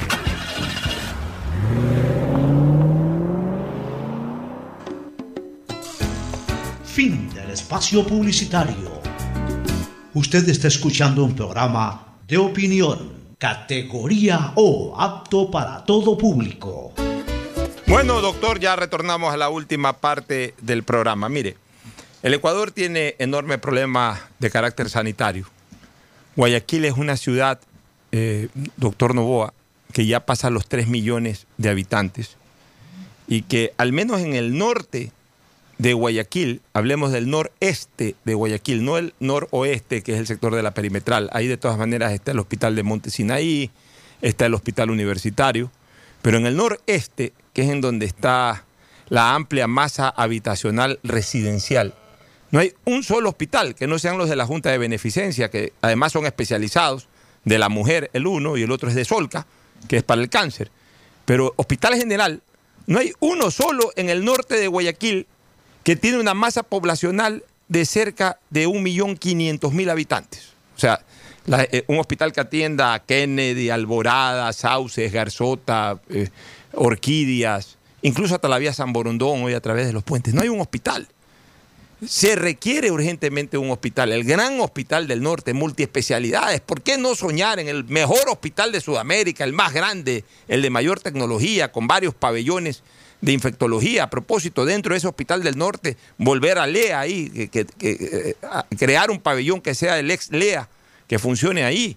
Fin del espacio publicitario. Usted está escuchando un programa de opinión, categoría O, apto para todo público. Bueno, doctor, ya retornamos a la última parte del programa. Mire, el Ecuador tiene enormes problemas de carácter sanitario. Guayaquil es una ciudad, doctor Novoa, que ya pasa los 3 millones de habitantes y que al menos en el norte de Guayaquil, hablemos del noreste de Guayaquil, no el noroeste, que es el sector de la perimetral. Ahí de todas maneras está el hospital de Monte Sinaí, está el hospital universitario, pero en el noreste, que es en donde está la amplia masa habitacional residencial. No hay un solo hospital que no sean los de la Junta de Beneficencia, que además son especializados, de la mujer el uno y el otro es de Solca, que es para el cáncer. Pero hospital general, no hay uno solo en el norte de Guayaquil que tiene una masa poblacional de cerca de 1.500.000 habitantes. O sea, un hospital que atienda a Kennedy, Alborada, Sauces, Garzota, Orquídeas, incluso hasta la vía San Borondón hoy a través de los puentes. No hay un hospital. Se requiere urgentemente un hospital, el gran hospital del norte, multiespecialidades. ¿Por qué no soñar en el mejor hospital de Sudamérica, el más grande, el de mayor tecnología, con varios pabellones de infectología? A propósito, dentro de ese hospital del norte, volver a LEA ahí, crear un pabellón que sea el ex LEA, que funcione ahí.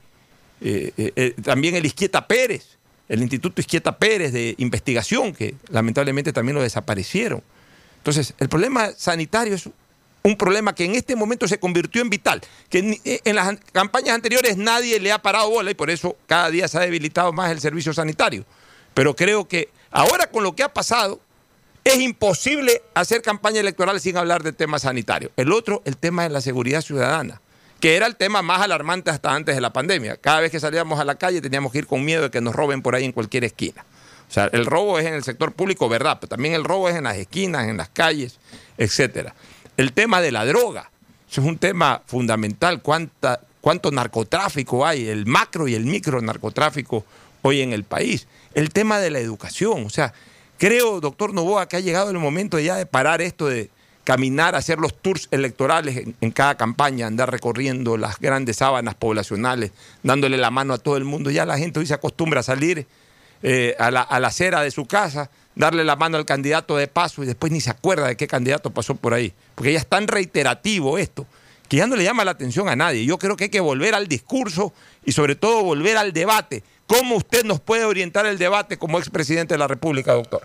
También el Izquieta Pérez, el Instituto Izquieta Pérez de Investigación, que lamentablemente también lo desaparecieron. Entonces, el problema sanitario es un problema que en este momento se convirtió en vital, que en las campañas anteriores nadie le ha parado bola y por eso cada día se ha debilitado más el servicio sanitario. Pero creo que ahora con lo que ha pasado es imposible hacer campaña electoral sin hablar del tema sanitario. El otro, el tema de la seguridad ciudadana, que era el tema más alarmante hasta antes de la pandemia. Cada vez que salíamos a la calle teníamos que ir con miedo de que nos roben por ahí en cualquier esquina. O sea, el robo es en el sector público, verdad, pero también el robo es en las esquinas, en las calles, etcétera. El tema de la droga, eso es un tema fundamental. ¿Cuánto narcotráfico hay? El macro y el micro narcotráfico hoy en el país. El tema de la educación. O sea, creo, doctor Noboa, que ha llegado el momento ya de parar esto de caminar, hacer los tours electorales en cada campaña, andar recorriendo las grandes sábanas poblacionales, dándole la mano a todo el mundo. Ya la gente hoy se acostumbra a salir a la acera de su casa, darle la mano al candidato de paso y después ni se acuerda de qué candidato pasó por ahí. Porque ya es tan reiterativo esto que ya no le llama la atención a nadie. Yo creo que hay que volver al discurso y sobre todo volver al debate. ¿Cómo usted nos puede orientar el debate como expresidente de la República, doctor?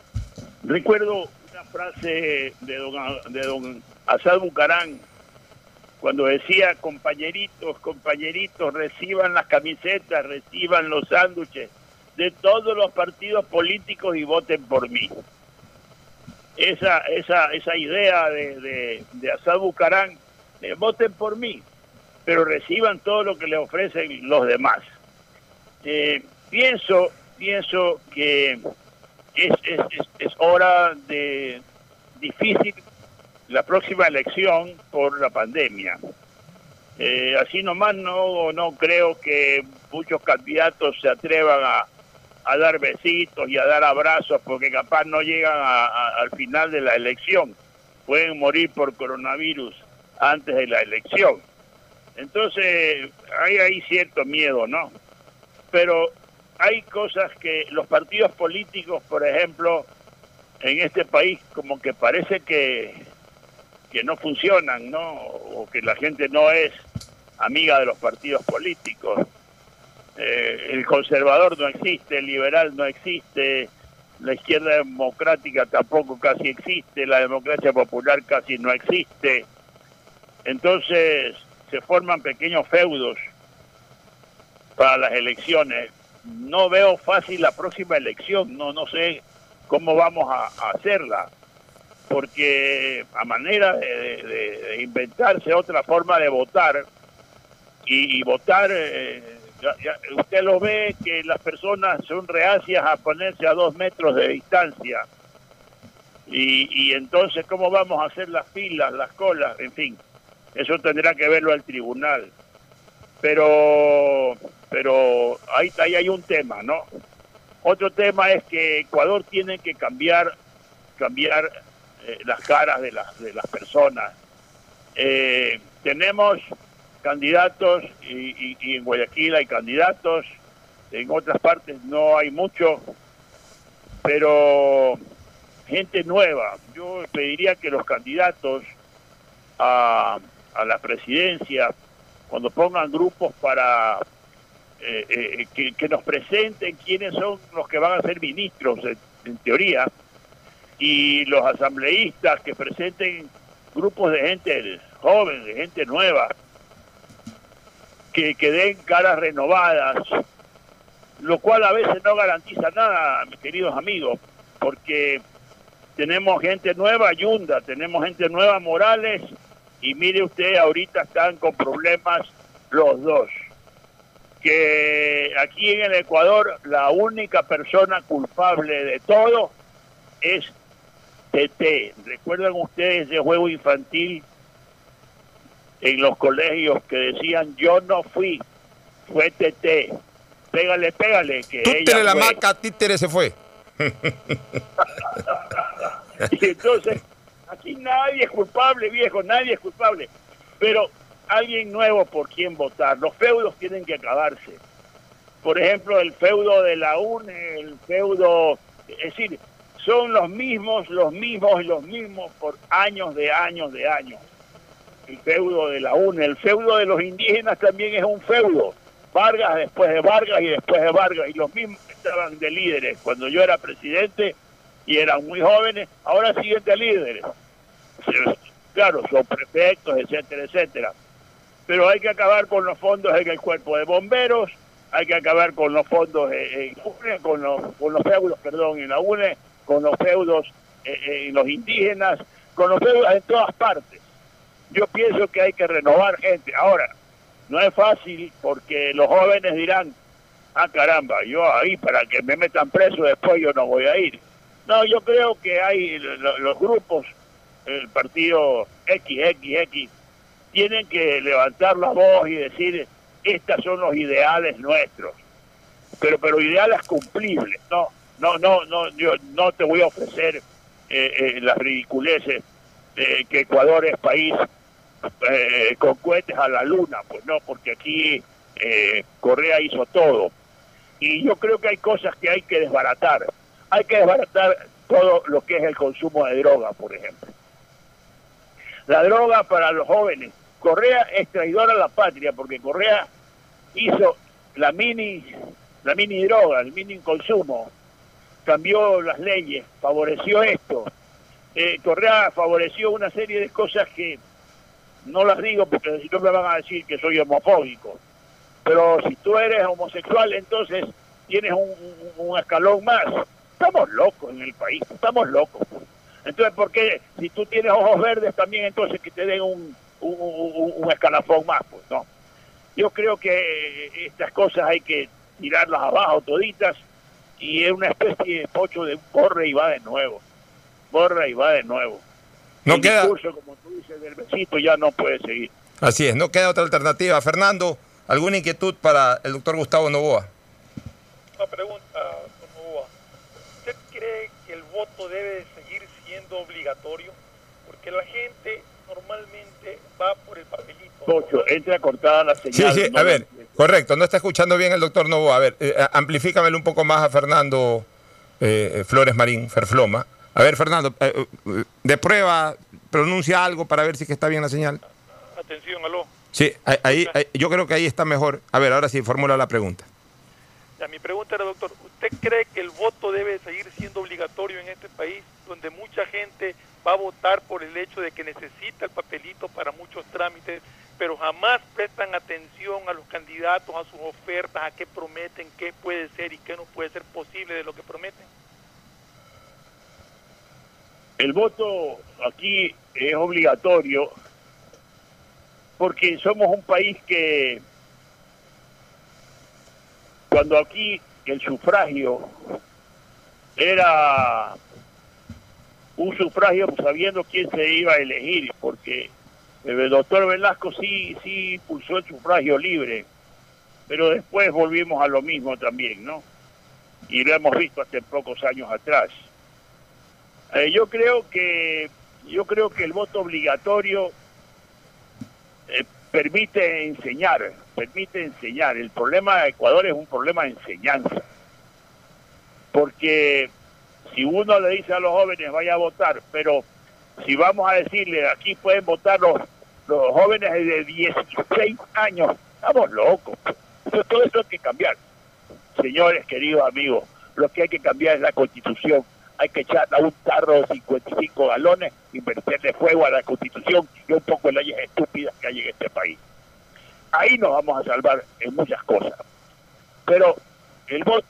Recuerdo una frase de don Asad Bucarán cuando decía: compañeritos, reciban las camisetas, reciban los sándwiches de todos los partidos políticos y voten por mí. Esa idea de Asad Bucarán, voten por mí, pero reciban todo lo que le ofrecen los demás. Pienso que es hora de difícil la próxima elección por la pandemia. Así nomás no creo que muchos candidatos se atrevan a dar besitos y a dar abrazos porque capaz no llegan al final de la elección. Pueden morir por coronavirus antes de la elección. Entonces hay cierto miedo, ¿no? Pero hay cosas que los partidos políticos, por ejemplo, en este país como que parece que no funcionan, ¿no? O que la gente no es amiga de los partidos políticos. El conservador no existe, el liberal no existe, la izquierda democrática tampoco casi existe, la democracia popular casi no existe. Entonces se forman pequeños feudos para las elecciones. No veo fácil la próxima elección, no sé cómo vamos a hacerla, porque a manera de inventarse otra forma de votar y votar... usted lo ve que las personas son reacias a ponerse a 2 metros de distancia y entonces cómo vamos a hacer las filas, las colas, en fin, eso tendrá que verlo al tribunal, pero ahí hay un tema, ¿no? Otro tema es que Ecuador tiene que cambiar las caras de las personas. Tenemos candidatos y en Guayaquil hay candidatos, en otras partes no hay mucho, pero gente nueva. Yo pediría que los candidatos a la presidencia, cuando pongan grupos para que nos presenten quiénes son los que van a ser ministros en teoría, y los asambleístas que presenten grupos de gente joven, de gente nueva, que den caras renovadas, lo cual a veces no garantiza nada, mis queridos amigos, porque tenemos gente nueva, Yunda, tenemos gente nueva, Morales, y mire usted, ahorita están con problemas los dos. Que aquí en el Ecuador la única persona culpable de todo es TT. ¿Recuerdan ustedes ese juego infantil en los colegios que decían yo no fui, fue TT? Pégale, que Títere ella la fue. maca, títere se fue. Y entonces, aquí nadie es culpable, viejo, nadie es culpable. Pero alguien nuevo por quien votar. Los feudos tienen que acabarse. Por ejemplo, el feudo de la UNE, el feudo... Es decir, son los mismos por años de años. El feudo de la UNE, el feudo de los indígenas también es un feudo. Vargas después de Vargas y después de Vargas. Y los mismos estaban de líderes. Cuando yo era presidente y eran muy jóvenes, ahora siguen de líderes. Claro, son prefectos, etcétera, etcétera. Pero hay que acabar con los fondos en el cuerpo de bomberos, hay que acabar con los fondos con los feudos, en la UNE, con los feudos en los indígenas, con los feudos en todas partes. Yo pienso que hay que renovar gente. Ahora, no es fácil porque los jóvenes dirán, caramba, yo ahí para que me metan preso después yo no voy a ir. No, yo creo que hay los grupos, el partido XX, tienen que levantar la voz y decir, estos son los ideales nuestros, pero ideales cumplibles. No, yo no te voy a ofrecer las ridiculeces que Ecuador es país con cohetes a la luna, pues no, porque aquí Correa hizo todo. Y yo creo que hay cosas que hay que desbaratar. Hay que desbaratar todo lo que es el consumo de droga, por ejemplo. La droga para los jóvenes. Correa es traidor a la patria porque Correa hizo la mini droga, el mini consumo. Cambió las leyes, favoreció esto. Correa favoreció una serie de cosas que no las digo porque si no me van a decir que soy homofóbico. Pero si tú eres homosexual, entonces tienes un escalón más. Estamos locos en el país, estamos locos. Entonces, ¿por qué? Si tú tienes ojos verdes también, entonces que te den un escalafón más, pues, ¿no? Yo creo que estas cosas hay que tirarlas abajo toditas y es una especie de pocho de borra y va de nuevo. No el queda... discurso, como tú dices, del besito ya no puede seguir. Así es, no queda otra alternativa. Fernando, ¿alguna inquietud para el doctor Gustavo Noboa? Una pregunta, don Noboa. ¿Usted cree que el voto debe seguir siendo obligatorio? Porque la gente normalmente va por el papelito. Pocho, entra cortada la señal. Sí, no a ver, correcto, no está escuchando bien el doctor Noboa. A ver, amplifícamelo un poco más a Fernando Flores Marín, Ferfloma. A ver, Fernando, de prueba, pronuncia algo para ver si que está bien la señal. Atención, aló. Sí, ahí, yo creo que ahí está mejor. A ver, ahora sí, formula la pregunta. Ya, mi pregunta era, doctor, ¿usted cree que el voto debe seguir siendo obligatorio en este país, donde mucha gente va a votar por el hecho de que necesita el papelito para muchos trámites, pero jamás prestan atención a los candidatos, a sus ofertas, a qué prometen, qué puede ser y qué no puede ser posible de lo que prometen? El voto aquí es obligatorio porque somos un país que cuando aquí el sufragio era un sufragio sabiendo quién se iba a elegir, porque el doctor Velasco sí impulsó el sufragio libre, pero después volvimos a lo mismo también, ¿no? Y lo hemos visto hace pocos años atrás. Yo creo que el voto obligatorio permite enseñar. El problema de Ecuador es un problema de enseñanza. Porque si uno le dice a los jóvenes vaya a votar, pero si vamos a decirle aquí pueden votar los jóvenes de 16 años, estamos locos. Todo eso hay que cambiar. Señores, queridos amigos, lo que hay que cambiar es la Constitución. Hay que echar a un tarro de 55 galones y meterle fuego a la Constitución y un poco de leyes estúpidas que hay en este país. Ahí nos vamos a salvar en muchas cosas. Pero el voto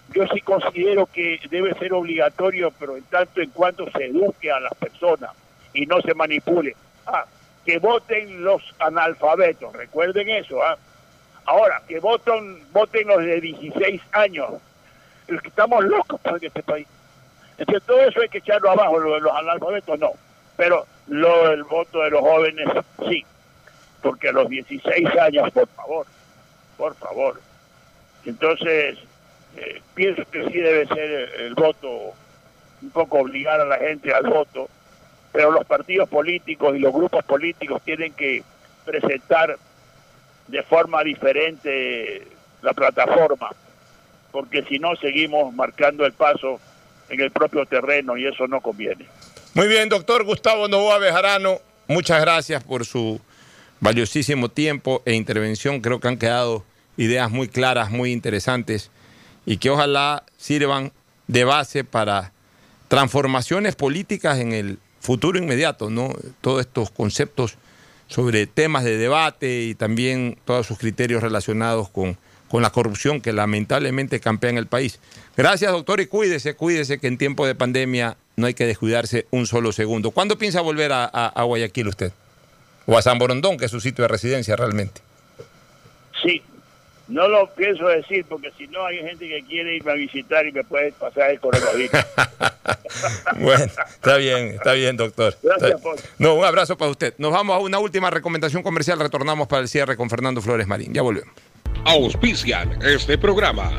yo sí considero que debe ser obligatorio, pero en tanto en cuanto se eduque a las personas y no se manipule. Que voten los analfabetos, recuerden eso. Ahora, que voten los de 16 años, los que estamos locos en este país. Entonces todo eso hay que echarlo abajo, lo de los analfabetos no, pero el voto de los jóvenes sí, porque a los 16 años, por favor. Entonces, pienso que sí debe ser el voto, un poco obligar a la gente al voto, pero los partidos políticos y los grupos políticos tienen que presentar de forma diferente la plataforma, porque si no seguimos marcando el paso en el propio terreno y eso no conviene. Muy bien, doctor Gustavo Noboa Bejarano, muchas gracias por su valiosísimo tiempo e intervención. Creo que han quedado ideas muy claras, muy interesantes y que ojalá sirvan de base para transformaciones políticas en el futuro inmediato, ¿no? Todos estos conceptos sobre temas de debate y también todos sus criterios relacionados con la corrupción que lamentablemente campea en el país. Gracias, doctor, y cuídese que en tiempo de pandemia no hay que descuidarse un solo segundo. ¿Cuándo piensa volver a Guayaquil usted? O a San Borondón, que es su sitio de residencia realmente. Sí, no lo pienso decir porque si no hay gente que quiere irme a visitar y me puede pasar el coronavirus. Bueno, está bien, doctor. Gracias, Paul. No, un abrazo para usted. Nos vamos a una última recomendación comercial. Retornamos para el cierre con Fernando Flores Marín. Ya volvemos. Auspician este programa.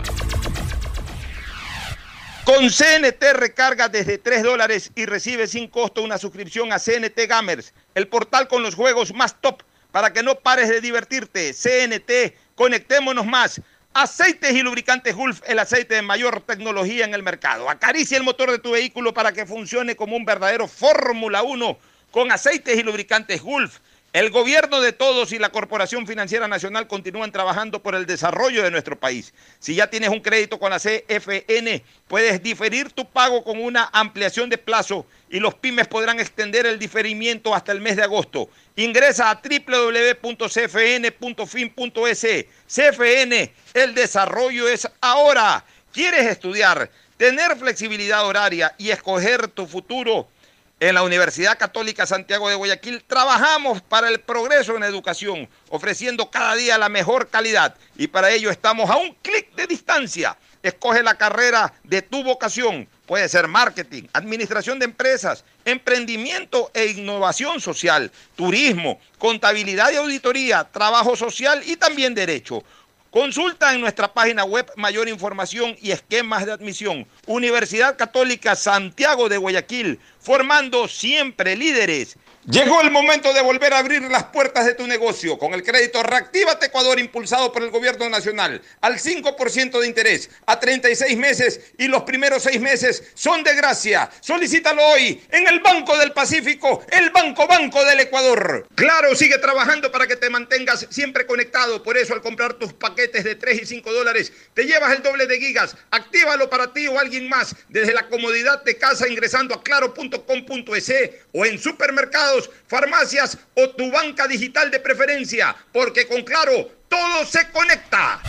Con CNT recarga desde $3 y recibe sin costo una suscripción a CNT Gamers, el portal con los juegos más top para que no pares de divertirte. CNT, conectémonos más. Aceites y lubricantes Gulf, el aceite de mayor tecnología en el mercado. Acaricia el motor de tu vehículo para que funcione como un verdadero Fórmula 1 con aceites y lubricantes Gulf. El gobierno de todos y la Corporación Financiera Nacional continúan trabajando por el desarrollo de nuestro país. Si ya tienes un crédito con la CFN, puedes diferir tu pago con una ampliación de plazo y los pymes podrán extender el diferimiento hasta el mes de agosto. Ingresa a www.cfn.fin.es. CFN, el desarrollo es ahora. ¿Quieres estudiar, tener flexibilidad horaria y escoger tu futuro? En la Universidad Católica Santiago de Guayaquil trabajamos para el progreso en educación, ofreciendo cada día la mejor calidad y para ello estamos a un clic de distancia. Escoge la carrera de tu vocación. Puede ser marketing, administración de empresas, emprendimiento e innovación social, turismo, contabilidad y auditoría, trabajo social y también derecho. Consulta en nuestra página web mayor información y esquemas de admisión. Universidad Católica Santiago de Guayaquil, formando siempre líderes. Llegó el momento de volver a abrir las puertas de tu negocio con el crédito Reactívate Ecuador impulsado por el Gobierno Nacional al 5% de interés a 36 meses y los primeros 6 meses son de gracia. Solicítalo hoy en el Banco del Pacífico, el Banco del Ecuador. Claro, sigue trabajando para que te mantengas siempre conectado. Por eso al comprar tus paquetes de $3 y $5 te llevas el doble de gigas. Actívalo para ti o alguien más desde la comodidad de casa ingresando a claro.com.es o en supermercados, farmacias o tu banca digital de preferencia, porque con Claro todo se conecta.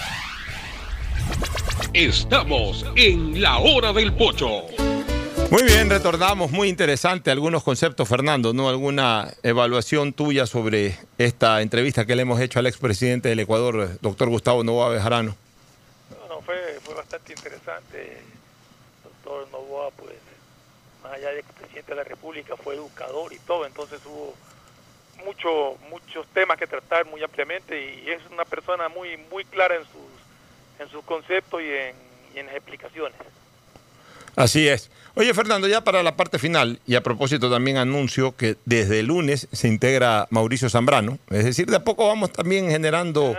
Estamos en la hora del pocho. Muy bien, retornamos. Muy interesante algunos conceptos, Fernando, ¿no? ¿Alguna evaluación tuya sobre esta entrevista que le hemos hecho al expresidente del Ecuador, doctor Gustavo Noboa Bejarano? No, fue bastante interesante. Doctor Noboa, pues, más allá de que el presidente de la República fue educador y todo, entonces hubo muchos temas que tratar muy ampliamente y es una persona muy clara en sus conceptos y en las explicaciones. Así es. Oye, Fernando, ya para la parte final, y a propósito también anuncio que desde el lunes se integra Mauricio Zambrano, es decir, de a poco vamos también generando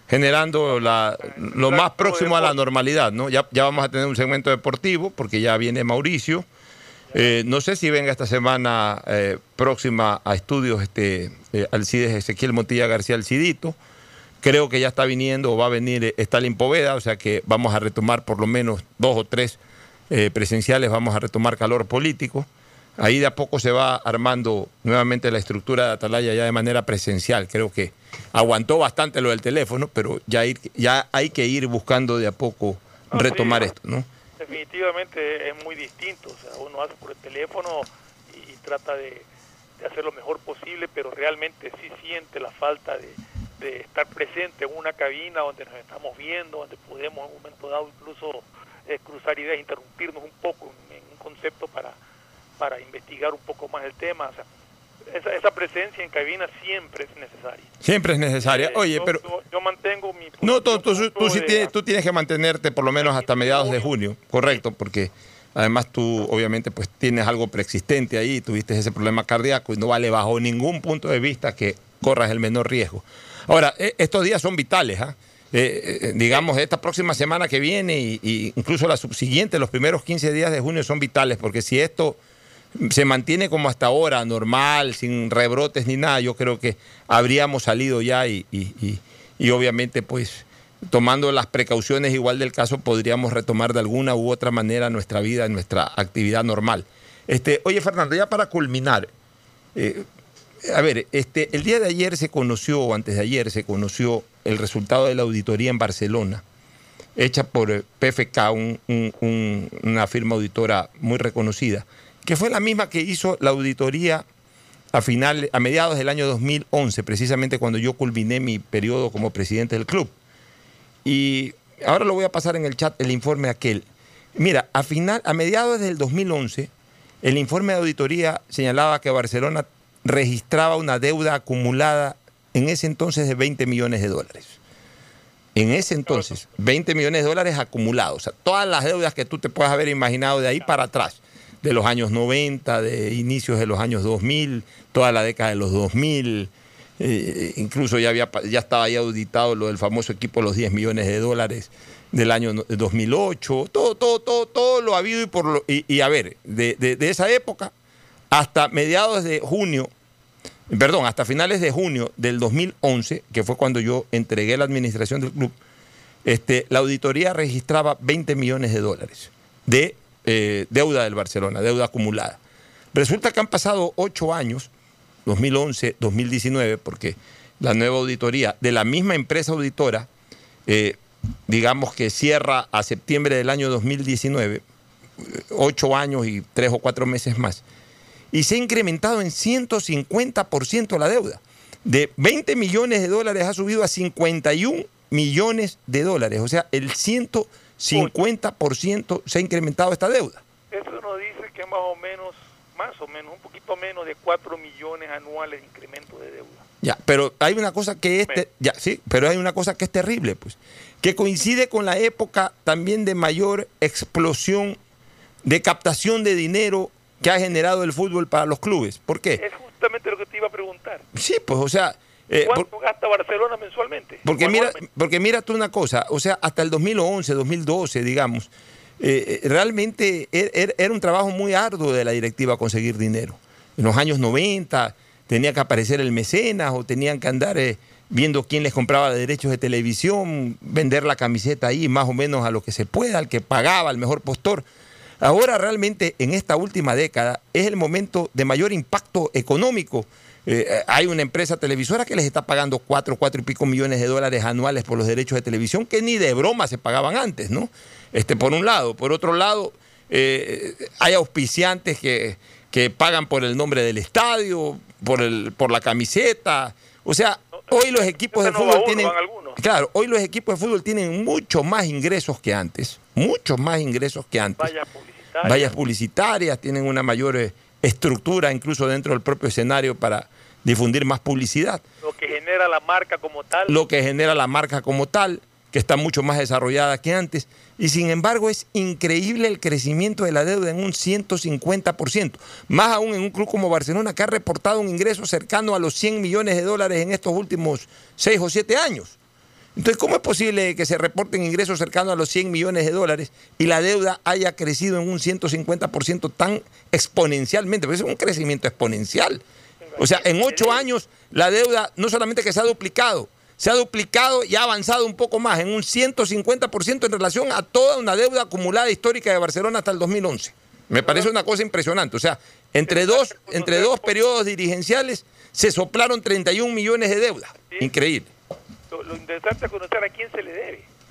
lo más próximo a la normalidad, ¿no? Ya vamos a tener un segmento deportivo porque ya viene Mauricio. No sé si venga esta semana próxima a estudios Alcides Ezequiel Montilla García Alcidito. Creo que ya está viniendo o va a venir Stalin Poveda, o sea que vamos a retomar por lo menos 2 o 3 presenciales, vamos a retomar Calor Político. Ahí de a poco se va armando nuevamente la estructura de Atalaya ya de manera presencial. Creo que aguantó bastante lo del teléfono, pero ya hay que ir buscando de a poco retomar esto, ¿no? Definitivamente es muy distinto, o sea, uno hace por el teléfono y trata de hacer lo mejor posible, pero realmente sí siente la falta de estar presente en una cabina donde nos estamos viendo, donde podemos en un momento dado incluso cruzar ideas, interrumpirnos un poco en un concepto para investigar un poco más el tema. O sea, esa presencia en cabina siempre es necesaria. Siempre es necesaria. Oye, pero... Yo mantengo mi... No, tú tienes que mantenerte por lo menos hasta mediados de junio, correcto, porque además tú obviamente pues tienes algo preexistente ahí, tuviste ese problema cardíaco y no vale bajo ningún punto de vista que corras el menor riesgo. Ahora, estos días son vitales, ¿ah? Digamos, esta próxima semana que viene y incluso la subsiguiente, los primeros 15 días de junio son vitales, porque si esto se mantiene como hasta ahora, normal, sin rebrotes ni nada, yo creo que habríamos salido ya y obviamente pues tomando las precauciones igual del caso podríamos retomar de alguna u otra manera nuestra vida, nuestra actividad normal. Oye, Fernando, ya para culminar, a ver, el día de ayer se conoció, o antes de ayer se conoció el resultado de la auditoría en Barcelona, hecha por PFK, una firma auditora muy reconocida, que fue la misma que hizo la auditoría a mediados del año 2011, precisamente cuando yo culminé mi periodo como presidente del club. Y ahora lo voy a pasar en el chat, el informe aquel. Mira, a mediados del 2011, el informe de auditoría señalaba que Barcelona registraba una deuda acumulada en ese entonces de 20 millones de dólares. En ese entonces, 20 millones de dólares acumulados. O sea, todas las deudas que tú te puedas haber imaginado de ahí para atrás, de los años 90, de inicios de los años 2000, toda la década de los 2000, incluso ya estaba ahí auditado lo del famoso equipo, los 10 millones de dólares del año 2008, todo lo habido y a ver, de esa época hasta mediados de junio, hasta finales de junio del 2011, que fue cuando yo entregué la administración del club, la auditoría registraba 20 millones de dólares de deuda del Barcelona, deuda acumulada. Resulta que han pasado 8 años, 2011, 2019, porque la nueva auditoría de la misma empresa auditora, digamos que cierra a septiembre del año 2019, 8 años y 3 o 4 meses más, y se ha incrementado en 150% la deuda. De 20 millones de dólares ha subido a 51 millones de dólares, o sea, el 150% se ha incrementado esta deuda. Eso nos dice que más o menos, un poquito menos de 4 millones anuales de incremento de deuda. Ya, pero hay una cosa que pero hay una cosa que es terrible, pues, que coincide con la época también de mayor explosión de captación de dinero que ha generado el fútbol para los clubes. ¿Por qué? Es justamente lo que te iba a preguntar. Sí, pues, o sea... ¿Cuánto gasta Barcelona mensualmente? Porque mira tú una cosa, o sea, hasta el 2011, 2012, digamos, realmente era un trabajo muy arduo de la directiva conseguir dinero. En los años 90 tenía que aparecer el mecenas o tenían que andar viendo quién les compraba derechos de televisión, vender la camiseta ahí más o menos a lo que se pueda, al que pagaba, al mejor postor. Ahora realmente en esta última década es el momento de mayor impacto económico. Hay una empresa televisora que les está pagando 4 y pico millones de dólares anuales por los derechos de televisión que ni de broma se pagaban antes, ¿no? Por un lado. Por otro lado, hay auspiciantes que pagan por el nombre del estadio, por la camiseta. O sea, hoy los equipos de fútbol tienen... Claro, hoy los equipos de fútbol tienen mucho más ingresos que antes. Muchos más ingresos que antes. Vallas publicitarias, tienen una mayor estructura incluso dentro del propio escenario para difundir más publicidad. Lo que genera la marca como tal. Que está mucho más desarrollada que antes. Y sin embargo es increíble el crecimiento de la deuda en un 150%. Más aún en un club como Barcelona que ha reportado un ingreso cercano a los 100 millones de dólares en estos últimos 6 o 7 años. Entonces, ¿cómo es posible que se reporten ingresos cercanos a los 100 millones de dólares y la deuda haya crecido en un 150% tan exponencialmente? Porque es un crecimiento exponencial. O sea, en 8 años la deuda no solamente que se ha duplicado y ha avanzado un poco más, en un 150% en relación a toda una deuda acumulada histórica de Barcelona hasta el 2011. Me parece una cosa impresionante. O sea, entre dos periodos dirigenciales se soplaron 31 millones de deuda. Increíble. Lo interesante es conocer a quién se le debe.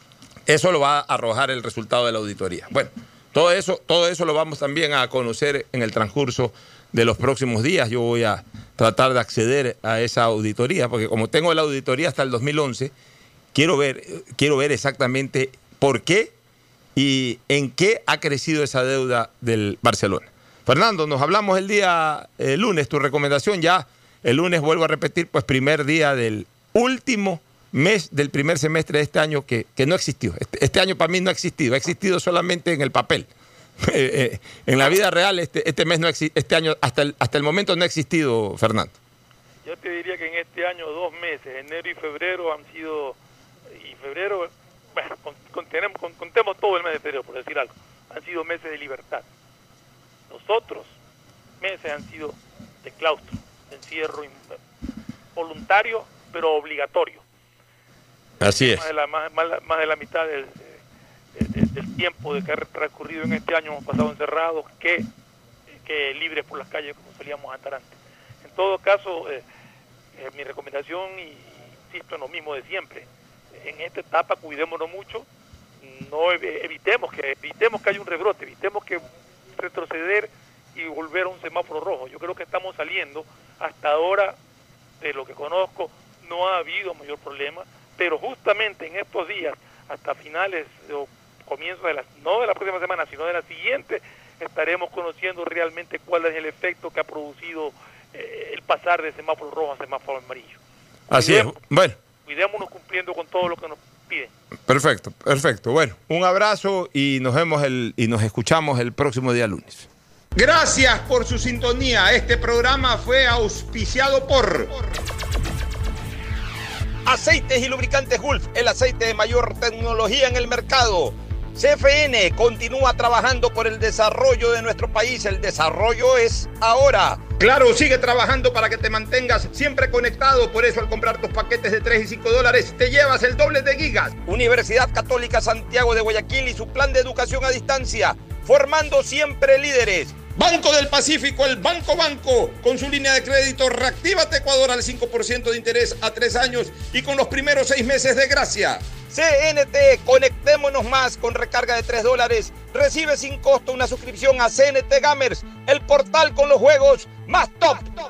Eso lo va a arrojar el resultado de la auditoría. Bueno, todo eso lo vamos también a conocer en el transcurso de los próximos días. Yo voy a tratar de acceder a esa auditoría, porque como tengo la auditoría hasta el 2011, quiero ver exactamente por qué y en qué ha crecido esa deuda del Barcelona. Fernando, nos hablamos el día lunes, tu recomendación ya. El lunes, vuelvo a repetir, pues primer día del último mes del primer semestre de este año que no existió. Este año para mí no ha existido solamente en el papel. En la vida real este mes no este año hasta el momento no ha existido, Fernando. Yo te diría que en este año 2 meses, enero y febrero han sido, y febrero, bueno, contemos todo el mes de febrero, por decir algo, han sido meses de libertad. Los otros meses han sido de claustro, de encierro voluntario, pero obligatorio. Así es. Más de la mitad del tiempo de que ha transcurrido en este año hemos pasado encerrados que libres por las calles como solíamos andar antes. En todo caso, mi recomendación, y insisto en lo mismo de siempre, en esta etapa cuidémonos mucho, no evitemos que haya un rebrote, evitemos que retroceder y volver a un semáforo rojo. Yo creo que estamos saliendo, hasta ahora, de lo que conozco, no ha habido mayor problema, pero justamente en estos días, hasta finales o comienzos no de la próxima semana, sino de la siguiente, estaremos conociendo realmente cuál es el efecto que ha producido el pasar de semáforo rojo a semáforo amarillo. Así es. Bueno. Cuidémonos cumpliendo con todo lo que nos piden. Perfecto. Bueno, un abrazo y nos vemos y nos escuchamos el próximo día lunes. Gracias por su sintonía. Este programa fue auspiciado por Aceites y Lubricantes Gulf, el aceite de mayor tecnología en el mercado. CFN continúa trabajando por el desarrollo de nuestro país. El desarrollo es ahora. Claro, sigue trabajando para que te mantengas siempre conectado. Por eso al comprar tus paquetes de $3 y $5 te llevas el doble de gigas. Universidad Católica Santiago de Guayaquil y su plan de educación a distancia, formando siempre líderes. Banco del Pacífico, el Banco, con su línea de crédito Reactívate Ecuador al 5% de interés a 3 años y con los primeros 6 meses de gracia. CNT, conectémonos más. Con recarga de $3, recibe sin costo una suscripción a CNT Gamers, el portal con los juegos más top.